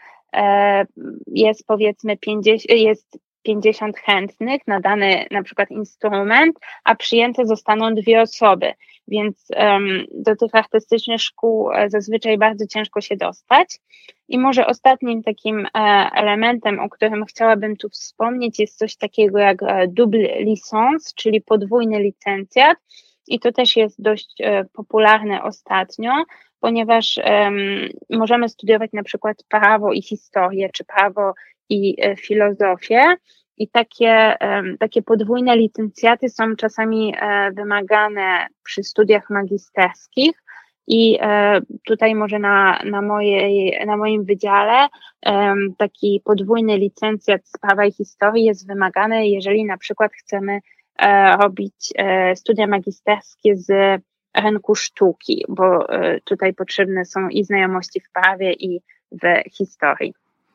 jest powiedzmy pięćdziesiąt, jest pięćdziesiąt chętnych na dany na przykład instrument, a przyjęte zostaną dwie osoby, więc um, do tych artystycznych szkół zazwyczaj bardzo ciężko się dostać. I może ostatnim takim e, elementem, o którym chciałabym tu wspomnieć, jest coś takiego jak double licence, czyli podwójny licencjat i to też jest dość e, popularne ostatnio, ponieważ um, możemy studiować na przykład prawo i historię, czy prawo i e, filozofię i takie, um, takie podwójne licencjaty są czasami e, wymagane przy studiach magisterskich i e, tutaj może na, na, mojej, na moim wydziale um, taki podwójny licencjat z prawa i historii jest wymagany, jeżeli na przykład chcemy e, robić e, studia magisterskie z rynku sztuki, bo tutaj potrzebne są i znajomości w prawie i w historii.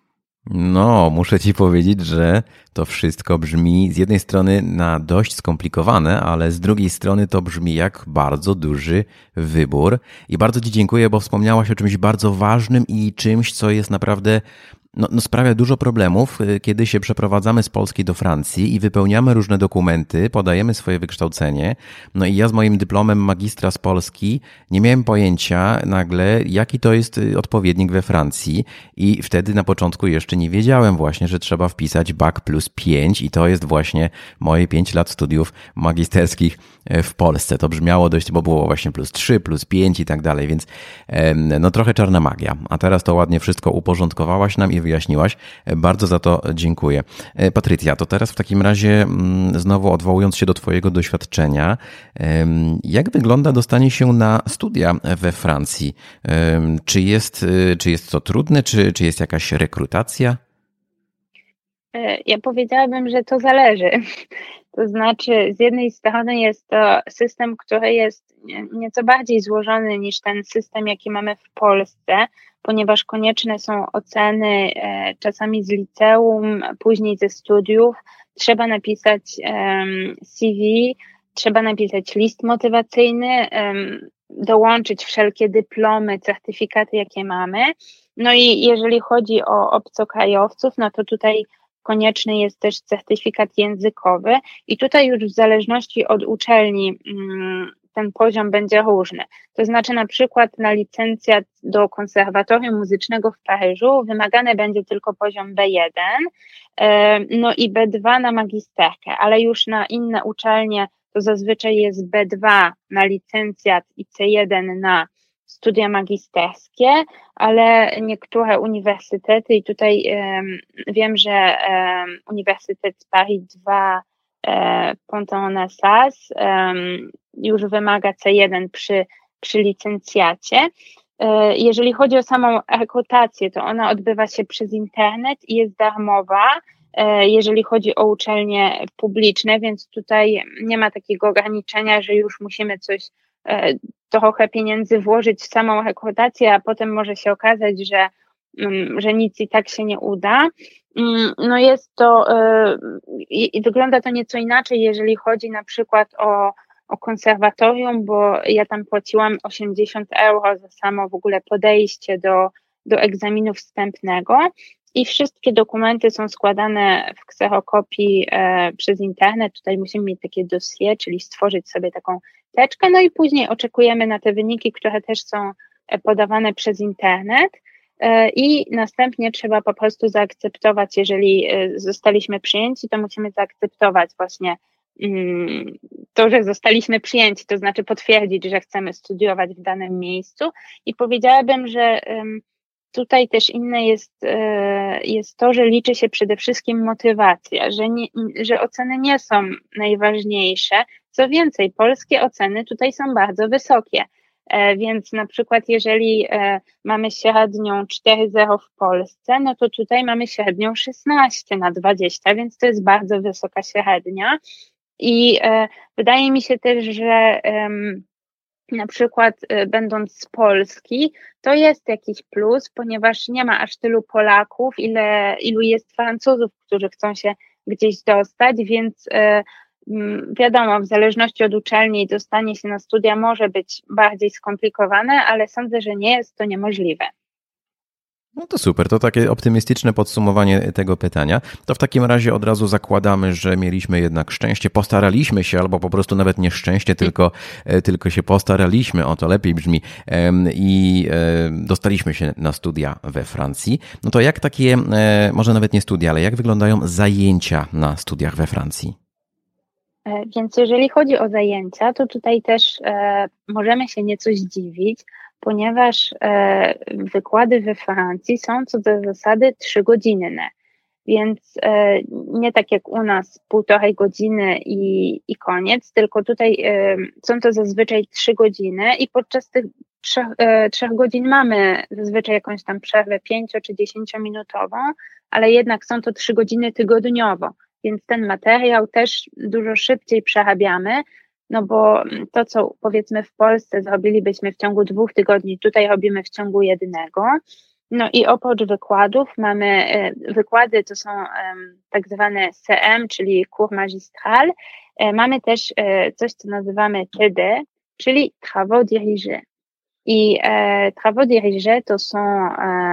No, muszę ci powiedzieć, że to wszystko brzmi z jednej strony na dość skomplikowane, ale z drugiej strony to brzmi jak bardzo duży wybór. I bardzo ci dziękuję, bo wspomniałaś o czymś bardzo ważnym i czymś, co jest naprawdę No, no sprawia dużo problemów, kiedy się przeprowadzamy z Polski do Francji i wypełniamy różne dokumenty, podajemy swoje wykształcenie. No i ja z moim dyplomem magistra z Polski nie miałem pojęcia nagle, jaki to jest odpowiednik we Francji i wtedy na początku jeszcze nie wiedziałem właśnie, że trzeba wpisać bac plus pięć i to jest właśnie moje pięć lat studiów magisterskich w Polsce. To brzmiało dość, bo było właśnie plus trzy, plus pięć i tak dalej, więc no trochę czarna magia. A teraz to ładnie wszystko uporządkowałaś nam i wyjaśniłaś. Bardzo za to dziękuję. Patrycja, to teraz w takim razie znowu odwołując się do twojego doświadczenia, jak wygląda dostanie się na studia we Francji? Czy jest, czy jest to trudne, czy, czy jest jakaś rekrutacja? Ja powiedziałabym, że to zależy. To znaczy, z jednej strony jest to system, który jest nieco bardziej złożony niż ten system, jaki mamy w Polsce, ponieważ konieczne są oceny czasami z liceum, później ze studiów. Trzeba napisać C V, trzeba napisać list motywacyjny, dołączyć wszelkie dyplomy, certyfikaty, jakie mamy. No i jeżeli chodzi o obcokrajowców, no to tutaj konieczny jest też certyfikat językowy i tutaj już w zależności od uczelni ten poziom będzie różny. To znaczy na przykład na licencjat do konserwatorium muzycznego w Paryżu wymagany będzie tylko poziom B jeden, no i B dwa na magisterkę, ale już na inne uczelnie to zazwyczaj jest B dwa na licencjat i C jeden na studia magisterskie, ale niektóre uniwersytety i tutaj um, wiem, że um, Uniwersytet Paris dwa um, Panthéon-Assas um, już wymaga C jeden przy, przy licencjacie Jeżeli chodzi o samą rekrutację, to ona odbywa się przez internet i jest darmowa, jeżeli chodzi o uczelnie publiczne, więc tutaj nie ma takiego ograniczenia, że już musimy coś, trochę pieniędzy włożyć w samą rekrutację, a potem może się okazać, że, że nic i tak się nie uda. No jest to i wygląda to nieco inaczej, jeżeli chodzi na przykład o o konserwatorium, bo ja tam płaciłam osiemdziesiąt euro za samo w ogóle podejście do, do egzaminu wstępnego i wszystkie dokumenty są składane w kserokopii e, przez internet. Tutaj musimy mieć takie dossier, czyli stworzyć sobie taką teczkę, no i później oczekujemy na te wyniki, które też są podawane przez internet. I następnie trzeba po prostu zaakceptować, jeżeli zostaliśmy przyjęci, to musimy zaakceptować właśnie to, że zostaliśmy przyjęci, to znaczy potwierdzić, że chcemy studiować w danym miejscu i powiedziałabym, że tutaj też inne jest, jest to, że liczy się przede wszystkim motywacja, że, nie, że oceny nie są najważniejsze. Co więcej, polskie oceny tutaj są bardzo wysokie, więc na przykład jeżeli mamy średnią cztery zero w Polsce, no to tutaj mamy średnią szesnaście na dwadzieścia, więc to jest bardzo wysoka średnia. I e, wydaje mi się też, że e, na przykład e, będąc z Polski, to jest jakiś plus, ponieważ nie ma aż tylu Polaków, ile, ilu jest Francuzów, którzy chcą się gdzieś dostać, więc e, wiadomo, w zależności od uczelni dostanie się na studia może być bardziej skomplikowane, ale sądzę, że nie jest to niemożliwe. No to super, to takie optymistyczne podsumowanie tego pytania. To w takim razie od razu zakładamy, że mieliśmy jednak szczęście, postaraliśmy się, albo po prostu nawet nie szczęście, tylko, tylko się postaraliśmy, o to lepiej brzmi, i dostaliśmy się na studia we Francji. No to jak takie, może nawet nie studia, ale jak wyglądają zajęcia na studiach we Francji? Więc jeżeli chodzi o zajęcia, to tutaj też e, możemy się nieco zdziwić, ponieważ e, wykłady we Francji są co do zasady trzygodzinne, więc e, nie tak jak u nas półtorej godziny i, i koniec, tylko tutaj e, są to zazwyczaj trzy godziny i podczas tych trzech, e, trzech godzin mamy zazwyczaj jakąś tam przerwę pięcio czy dziesięciominutową, ale jednak są to trzy godziny tygodniowo, więc ten materiał też dużo szybciej przerabiamy, no bo to, co powiedzmy w Polsce zrobilibyśmy w ciągu dwóch tygodni, tutaj robimy w ciągu jednego. No i oprócz wykładów mamy, wykłady to są tak zwane C M, czyli cours magistral. Mamy też coś, co nazywamy T D, czyli travaux dirigés. I travaux dirigés to są,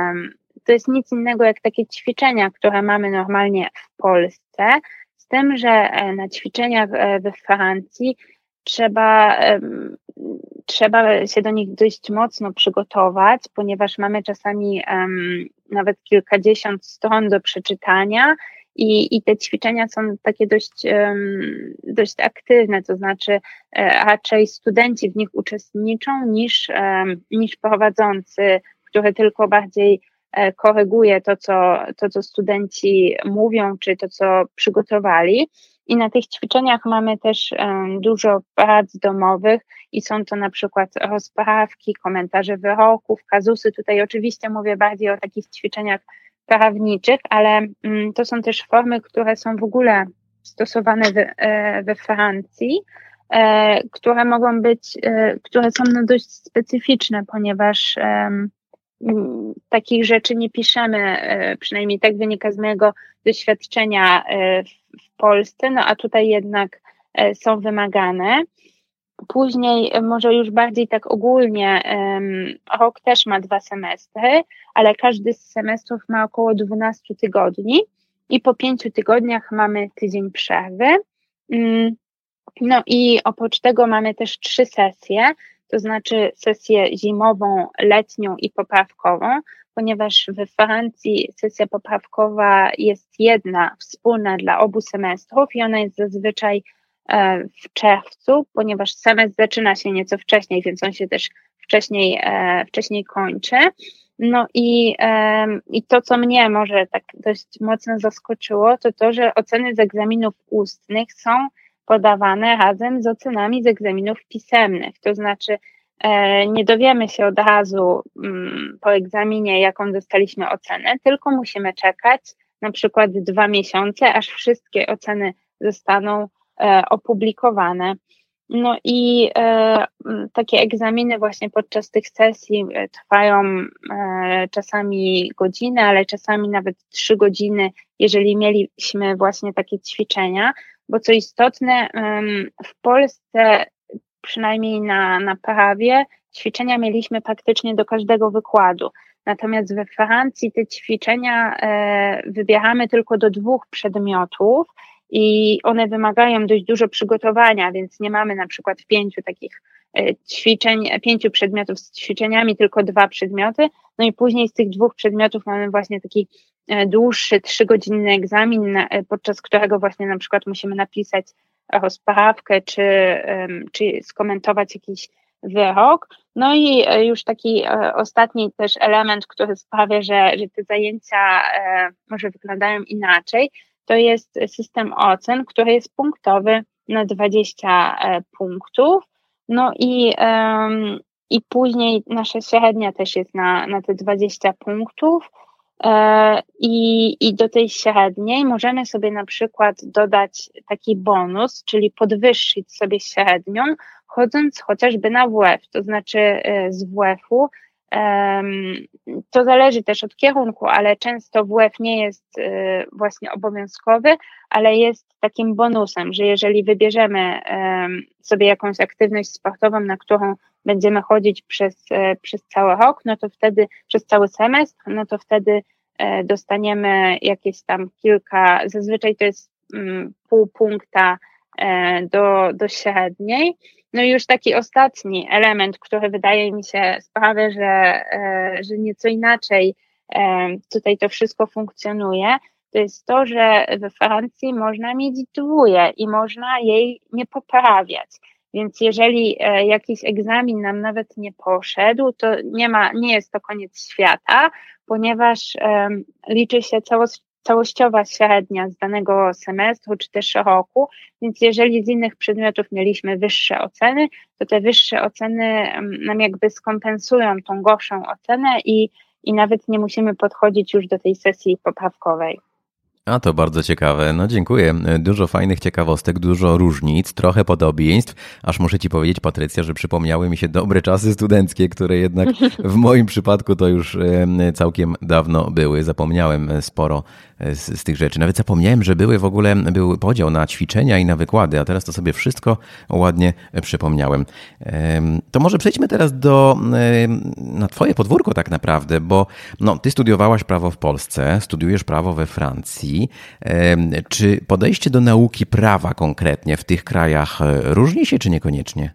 to jest nic innego jak takie ćwiczenia, które mamy normalnie w Polsce, z tym, że na ćwiczeniach we Francji Trzeba, trzeba się do nich dość mocno przygotować, ponieważ mamy czasami um, nawet kilkadziesiąt stron do przeczytania i, i te ćwiczenia są takie dość, um, dość aktywne, to znaczy e, raczej studenci w nich uczestniczą niż, um, niż prowadzący, który tylko bardziej e, koryguje to co, to, co studenci mówią, czy to, co przygotowali. I na tych ćwiczeniach mamy też um, dużo prac domowych i są to na przykład rozprawki, komentarze wyroków, kazusy. Tutaj oczywiście mówię bardziej o takich ćwiczeniach prawniczych, ale um, to są też formy, które są w ogóle stosowane we, e, we Francji, e, które mogą być, e, które są no dość specyficzne, ponieważ e, takich rzeczy nie piszemy, przynajmniej tak wynika z mojego doświadczenia w Polsce, no a tutaj jednak są wymagane. Później może już bardziej tak ogólnie, rok też ma dwa semestry, ale każdy z semestrów ma około dwanaście tygodni i po pięciu tygodniach mamy tydzień przerwy. No i oprócz tego mamy też trzy sesje, to znaczy sesję zimową, letnią i poprawkową, ponieważ we Francji sesja poprawkowa jest jedna, wspólna dla obu semestrów i ona jest zazwyczaj w czerwcu, ponieważ semestr zaczyna się nieco wcześniej, więc on się też wcześniej, wcześniej kończy. No i, i to, co mnie może tak dość mocno zaskoczyło, to to, że oceny z egzaminów ustnych są podawane razem z ocenami z egzaminów pisemnych. To znaczy nie dowiemy się od razu po egzaminie, jaką dostaliśmy ocenę, tylko musimy czekać na przykład dwa miesiące, aż wszystkie oceny zostaną opublikowane. No i e, takie egzaminy właśnie podczas tych sesji trwają e, czasami godzinę, ale czasami nawet trzy godziny, jeżeli mieliśmy właśnie takie ćwiczenia, bo co istotne, e, w Polsce przynajmniej na, na prawie ćwiczenia mieliśmy praktycznie do każdego wykładu. Natomiast we Francji te ćwiczenia e, wybieramy tylko do dwóch przedmiotów, i one wymagają dość dużo przygotowania, więc nie mamy na przykład pięciu takich ćwiczeń, pięciu przedmiotów z ćwiczeniami, tylko dwa przedmioty. No i później z tych dwóch przedmiotów mamy właśnie taki dłuższy, trzygodzinny egzamin, podczas którego właśnie na przykład musimy napisać rozprawkę, czy, czy skomentować jakiś wyrok. No i już taki ostatni też element, który sprawia, że, że te zajęcia może wyglądają inaczej, to jest system ocen, który jest punktowy na dwadzieścia punktów, no i, um, i później nasza średnia też jest na, na te dwadzieścia punktów e, i, i do tej średniej możemy sobie na przykład dodać taki bonus, czyli podwyższyć sobie średnią, chodząc chociażby na W F, to znaczy e, z W F-u. To zależy też od kierunku, ale często W F nie jest właśnie obowiązkowy, ale jest takim bonusem, że jeżeli wybierzemy sobie jakąś aktywność sportową, na którą będziemy chodzić przez, przez cały rok, no to wtedy, przez cały semestr, no to wtedy dostaniemy jakieś tam kilka, zazwyczaj to jest pół punkta do, do średniej. No i już taki ostatni element, który wydaje mi się sprawia, że, że nieco inaczej tutaj to wszystko funkcjonuje, to jest to, że we Francji można mieć dwóję i można jej nie poprawiać. Więc jeżeli jakiś egzamin nam nawet nie poszedł, to nie ma, nie jest to koniec świata, ponieważ liczy się całość całościowa średnia z danego semestru czy też roku, więc jeżeli z innych przedmiotów mieliśmy wyższe oceny, to te wyższe oceny nam jakby skompensują tą gorszą ocenę i, i nawet nie musimy podchodzić już do tej sesji poprawkowej. A to bardzo ciekawe. No dziękuję. Dużo fajnych ciekawostek, dużo różnic, trochę podobieństw. Aż muszę Ci powiedzieć, Patrycja, że przypomniały mi się dobre czasy studenckie, które jednak w moim przypadku to już całkiem dawno były. Zapomniałem sporo z, z tych rzeczy. Nawet zapomniałem, że były w ogóle, był podział na ćwiczenia i na wykłady, a teraz to sobie wszystko ładnie przypomniałem. To może przejdźmy teraz do, na Twoje podwórko tak naprawdę, bo no, Ty studiowałaś prawo w Polsce, studiujesz prawo we Francji. Czy podejście do nauki prawa konkretnie w tych krajach różni się, czy niekoniecznie?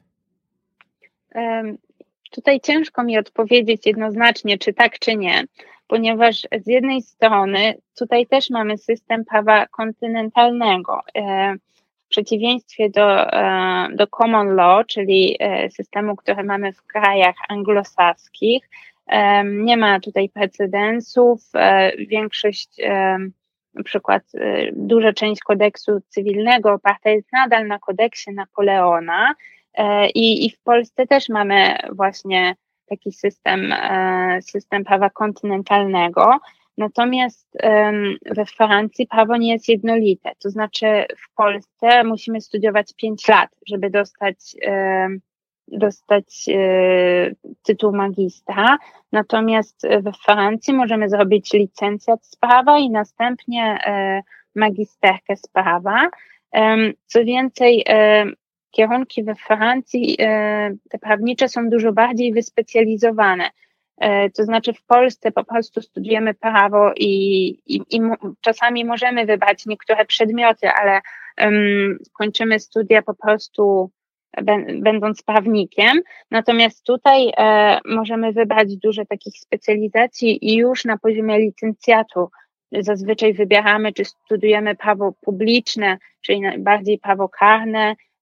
Tutaj ciężko mi odpowiedzieć jednoznacznie, czy tak, czy nie, ponieważ z jednej strony tutaj też mamy system prawa kontynentalnego. W przeciwieństwie do, do common law, czyli systemu, który mamy w krajach anglosaskich, nie ma tutaj precedensów. Większość, na przykład duża część kodeksu cywilnego oparta jest nadal na kodeksie Napoleona i, i w Polsce też mamy właśnie taki system, system prawa kontynentalnego. Natomiast we Francji prawo nie jest jednolite, to znaczy w Polsce musimy studiować pięć lat, żeby dostać, dostać tytuł magistra, natomiast we Francji możemy zrobić licencjat z prawa i następnie magisterkę z prawa. Co więcej, kierunki we Francji, te prawnicze są dużo bardziej wyspecjalizowane. To znaczy w Polsce po prostu studiujemy prawo i, i, i czasami możemy wybrać niektóre przedmioty, ale um, kończymy studia po prostu będąc prawnikiem. Natomiast tutaj e, możemy wybrać dużo takich specjalizacji i już na poziomie licencjatu zazwyczaj wybieramy, czy studiujemy prawo publiczne, czyli bardziej prawo karne,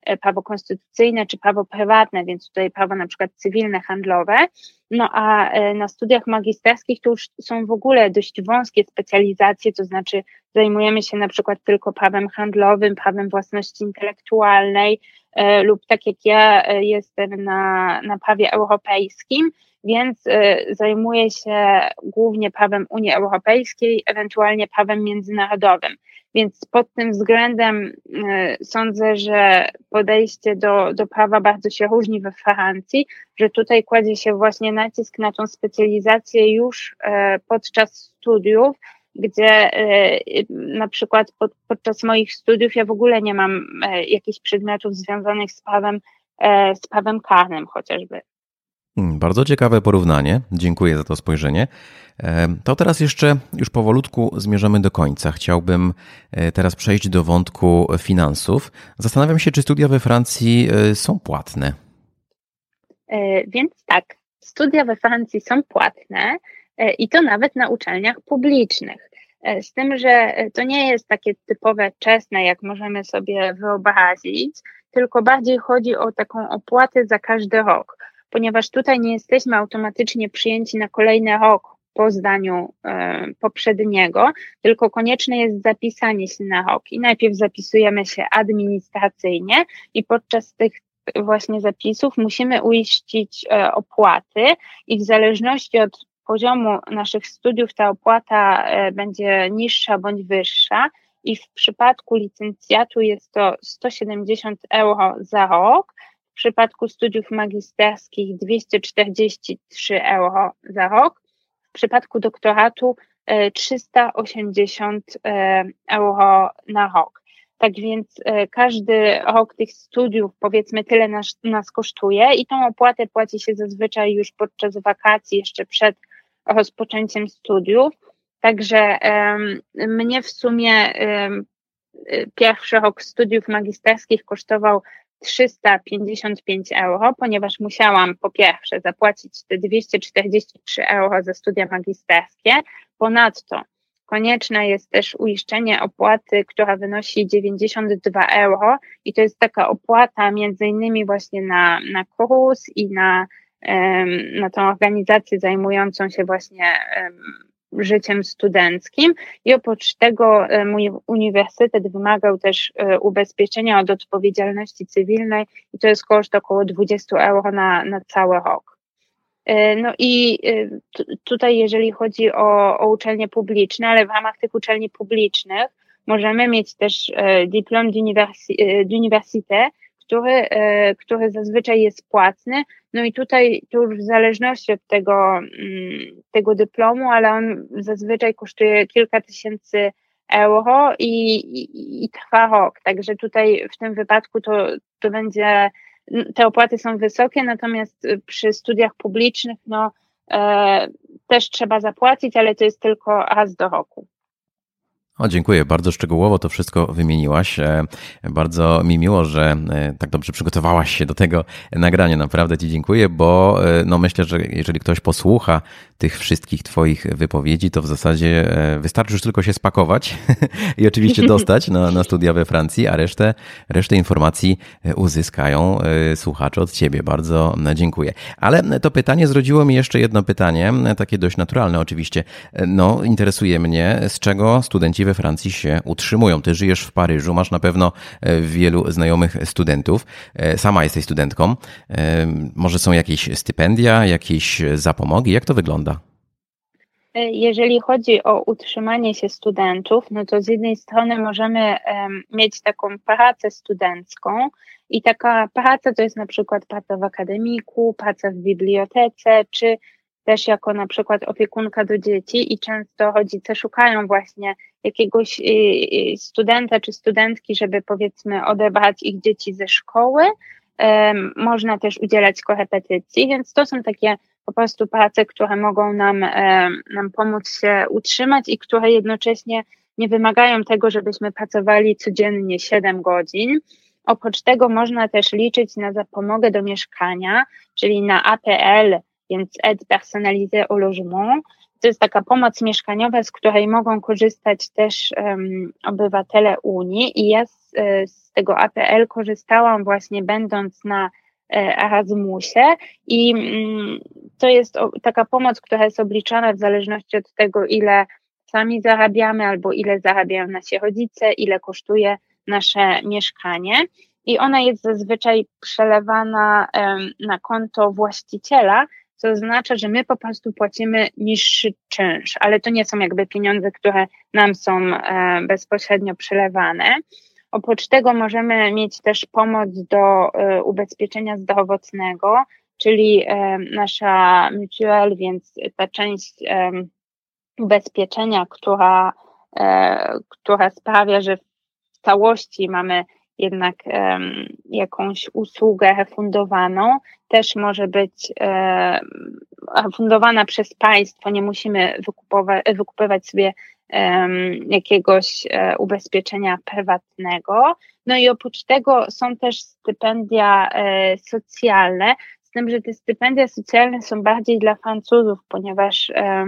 prawo konstytucyjne czy prawo prywatne, więc tutaj prawo na przykład cywilne, handlowe. No a na studiach magisterskich to już są w ogóle dość wąskie specjalizacje, to znaczy zajmujemy się na przykład tylko prawem handlowym, prawem własności intelektualnej lub tak jak ja jestem na, na prawie europejskim, więc zajmuję się głównie prawem Unii Europejskiej, ewentualnie prawem międzynarodowym. Więc pod tym względem sądzę, że podejście do, do prawa bardzo się różni we Francji, że tutaj kładzie się właśnie nacisk na tą specjalizację już podczas studiów, gdzie na przykład pod, podczas moich studiów ja w ogóle nie mam jakichś przedmiotów związanych z prawem, z prawem karnym chociażby. Bardzo ciekawe porównanie. Dziękuję za to spojrzenie. To teraz jeszcze już powolutku zmierzamy do końca. Chciałbym teraz przejść do wątku finansów. Zastanawiam się, czy studia we Francji są płatne. Więc tak, studia we Francji są płatne i to nawet na uczelniach publicznych. Z tym, że to nie jest takie typowe czesne, jak możemy sobie wyobrazić, tylko bardziej chodzi o taką opłatę za każdy rok. Ponieważ tutaj nie jesteśmy automatycznie przyjęci na kolejny rok po zdaniu e, poprzedniego, tylko konieczne jest zapisanie się na rok i najpierw zapisujemy się administracyjnie i podczas tych właśnie zapisów musimy uiścić e, opłaty i w zależności od poziomu naszych studiów ta opłata e, będzie niższa bądź wyższa i w przypadku licencjatu jest to sto siedemdziesiąt euro za rok, w przypadku studiów magisterskich dwieście czterdzieści trzy euro za rok, w przypadku doktoratu trzysta osiemdziesiąt euro na rok. Tak więc każdy rok tych studiów, powiedzmy, tyle nas, nas kosztuje i tą opłatę płaci się zazwyczaj już podczas wakacji, jeszcze przed rozpoczęciem studiów. Także um, mnie w sumie um, pierwszy rok studiów magisterskich kosztował trzysta pięćdziesiąt pięć euro, ponieważ musiałam po pierwsze zapłacić te dwieście czterdzieści trzy euro za studia magisterskie. Ponadto konieczne jest też uiszczenie opłaty, która wynosi dziewięćdziesiąt dwa euro i to jest taka opłata między innymi właśnie na, na kurs i na, um, na tą organizację zajmującą się właśnie um, życiem studenckim i oprócz tego mój uniwersytet wymagał też ubezpieczenia od odpowiedzialności cywilnej i to jest koszt około dwadzieścia euro na, na cały rok. No i t- tutaj jeżeli chodzi o, o uczelnie publiczne, ale w ramach tych uczelni publicznych możemy mieć też dyplom d'université, który, który zazwyczaj jest płatny. No i tutaj to już w zależności od tego, tego dyplomu, ale on zazwyczaj kosztuje kilka tysięcy euro i, i, i trwa rok. Także tutaj w tym wypadku to, to będzie, te opłaty są wysokie, natomiast przy studiach publicznych no e, też trzeba zapłacić, ale to jest tylko raz do roku. O, dziękuję, bardzo szczegółowo to wszystko wymieniłaś. Bardzo mi miło, że tak dobrze przygotowałaś się do tego nagrania. Naprawdę Ci dziękuję, bo no myślę, że jeżeli ktoś posłucha tych wszystkich Twoich wypowiedzi, to w zasadzie wystarczy już tylko się spakować i oczywiście dostać na, na studia we Francji, a resztę, resztę informacji uzyskają słuchacze od Ciebie. Bardzo dziękuję. Ale to pytanie zrodziło mi jeszcze jedno pytanie, takie dość naturalne oczywiście. No, interesuje mnie, z czego studenci we Francji się utrzymują. Ty żyjesz w Paryżu, masz na pewno wielu znajomych studentów. Sama jesteś studentką. Może są jakieś stypendia, jakieś zapomogi? Jak to wygląda? Jeżeli chodzi o utrzymanie się studentów, no to z jednej strony możemy um, mieć taką pracę studencką i taka praca to jest na przykład praca w akademiku, praca w bibliotece, czy też jako na przykład opiekunka do dzieci i często rodzice szukają właśnie jakiegoś studenta czy studentki, żeby powiedzmy odebrać ich dzieci ze szkoły. Um, można też udzielać korepetycji, więc to są takie po prostu prace, które mogą nam, um, nam pomóc się utrzymać i które jednocześnie nie wymagają tego, żebyśmy pracowali codziennie siedem godzin. Oprócz tego można też liczyć na zapomogę do mieszkania, czyli na A P L, więc Aide Personnalisée au Logement. To jest taka pomoc mieszkaniowa, z której mogą korzystać też um, obywatele Unii i ja z z tego A P L korzystałam właśnie będąc na Erasmusie i to jest taka pomoc, która jest obliczana w zależności od tego, ile sami zarabiamy albo ile zarabiają nasi rodzice, ile kosztuje nasze mieszkanie i ona jest zazwyczaj przelewana na konto właściciela, co oznacza, że my po prostu płacimy niższy czynsz, ale to nie są jakby pieniądze, które nam są bezpośrednio przelewane. Oprócz tego możemy mieć też pomoc do y, ubezpieczenia zdrowotnego, czyli y, nasza mutual, więc ta część y, ubezpieczenia, która, y, która sprawia, że w całości mamy jednak y, jakąś usługę refundowaną, też może być y, refundowana przez państwo, nie musimy wykupować, wykupywać sobie jakiegoś ubezpieczenia prywatnego. No i oprócz tego są też stypendia socjalne, z tym, że te stypendia socjalne są bardziej dla Francuzów, ponieważ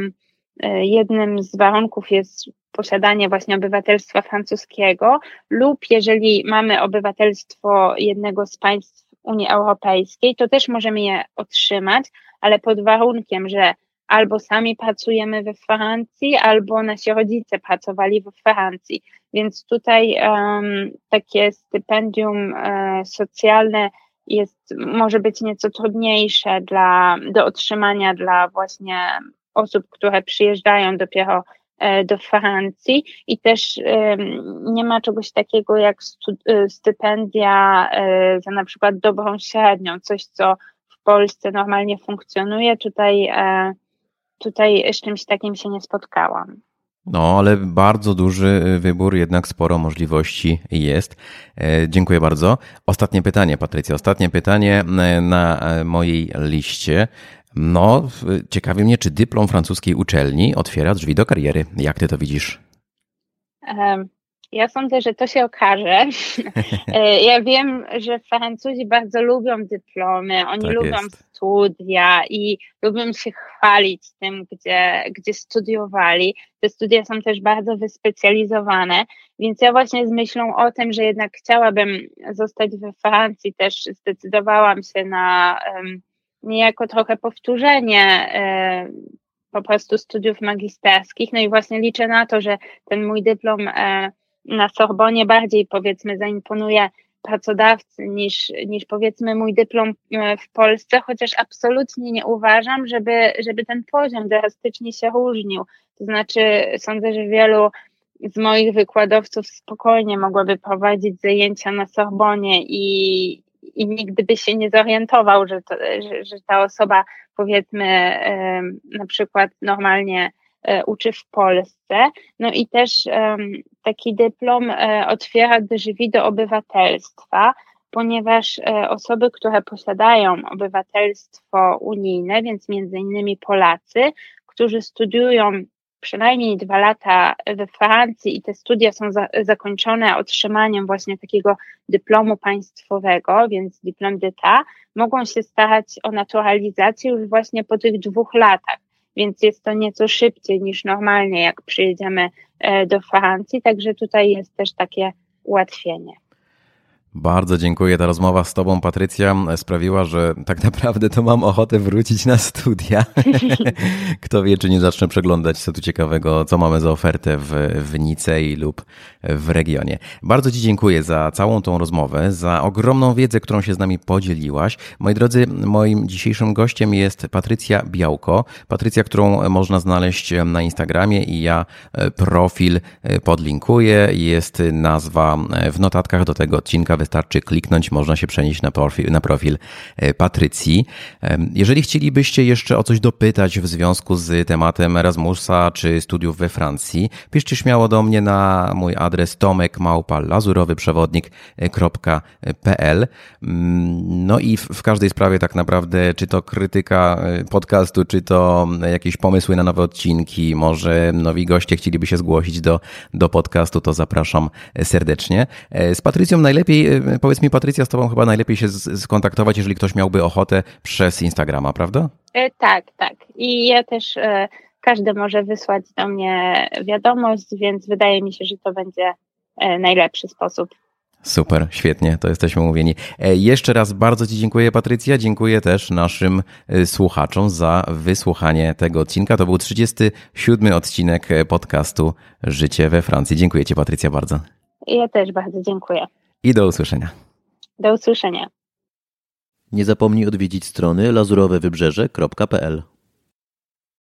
jednym z warunków jest posiadanie właśnie obywatelstwa francuskiego lub jeżeli mamy obywatelstwo jednego z państw Unii Europejskiej, to też możemy je otrzymać, ale pod warunkiem, że albo sami pracujemy we Francji, albo nasi rodzice pracowali we Francji. Więc tutaj um, takie stypendium um, socjalne jest, może być nieco trudniejsze dla, do otrzymania dla właśnie osób, które przyjeżdżają dopiero um, do Francji i też um, nie ma czegoś takiego jak stu, stypendia um, za na przykład dobrą średnią, coś co w Polsce normalnie funkcjonuje. Tutaj um, Tutaj z czymś takim się nie spotkałam. No, ale bardzo duży wybór, jednak sporo możliwości jest. Dziękuję bardzo. Ostatnie pytanie, Patrycja, ostatnie pytanie na mojej liście. No, ciekawi mnie, czy dyplom francuskiej uczelni otwiera drzwi do kariery. Jak ty to widzisz? Um. Ja sądzę, że to się okaże. Ja wiem, że Francuzi bardzo lubią dyplomy, oni tak lubią jest. studia i lubią się chwalić tym, gdzie, gdzie studiowali. Te studia są też bardzo wyspecjalizowane, więc ja właśnie z myślą o tym, że jednak chciałabym zostać we Francji, też zdecydowałam się na um, niejako trochę powtórzenie um, po prostu studiów magisterskich. No i właśnie liczę na to, że ten mój dyplom um, na Sorbonie bardziej powiedzmy zaimponuje pracodawcy niż, niż powiedzmy mój dyplom w Polsce, chociaż absolutnie nie uważam, żeby, żeby ten poziom drastycznie się różnił. To znaczy sądzę, że wielu z moich wykładowców spokojnie mogłoby prowadzić zajęcia na Sorbonie i, i nigdy by się nie zorientował, że, to, że, że ta osoba powiedzmy na przykład normalnie uczy w Polsce. No i też um, taki dyplom um, otwiera drzwi do obywatelstwa, ponieważ um, osoby, które posiadają obywatelstwo unijne, więc między innymi Polacy, którzy studiują przynajmniej dwa lata we Francji i te studia są za, zakończone otrzymaniem właśnie takiego dyplomu państwowego, więc dyplom d'État, mogą się starać o naturalizację już właśnie po tych dwóch latach. Więc jest to nieco szybciej niż normalnie, jak przyjedziemy do Francji, także tutaj jest też takie ułatwienie. Bardzo dziękuję. Ta rozmowa z tobą, Patrycja, sprawiła, że tak naprawdę to mam ochotę wrócić na studia. Kto wie, czy nie zacznę przeglądać, co tu ciekawego, co mamy za ofertę w, w Nicei lub w regionie. Bardzo ci dziękuję za całą tą rozmowę, za ogromną wiedzę, którą się z nami podzieliłaś. Moi drodzy, moim dzisiejszym gościem jest Patrycja Białko. Patrycja, którą można znaleźć na Instagramie i ja profil podlinkuję. Jest nazwa w notatkach do tego odcinka. Wystarczy kliknąć, można się przenieść na profil, na profil Patrycji. Jeżeli chcielibyście jeszcze o coś dopytać w związku z tematem Erasmusa czy studiów we Francji, piszcie śmiało do mnie na mój adres tomek małpa lazurowyprzewodnik kropka p l. No i w, w każdej sprawie tak naprawdę, czy to krytyka podcastu, czy to jakieś pomysły na nowe odcinki, może nowi goście chcieliby się zgłosić do, do podcastu, to zapraszam serdecznie. Z Patrycją najlepiej, powiedz mi, Patrycja, z tobą chyba najlepiej się skontaktować, jeżeli ktoś miałby ochotę, przez Instagrama, prawda? E, tak, tak. I ja też, e, każdy może wysłać do mnie wiadomość, więc wydaje mi się, że to będzie e, najlepszy sposób. Super, świetnie, to jesteśmy umówieni. Jeszcze raz bardzo Ci dziękuję, Patrycja. Dziękuję też naszym słuchaczom za wysłuchanie tego odcinka. To był trzydziesty siódmy odcinek podcastu Życie we Francji. Dziękuję Ci, Patrycja, bardzo. Ja też bardzo dziękuję. I do usłyszenia. Do usłyszenia. Nie zapomnij odwiedzić strony lazurowe wybrzeże kropka p l.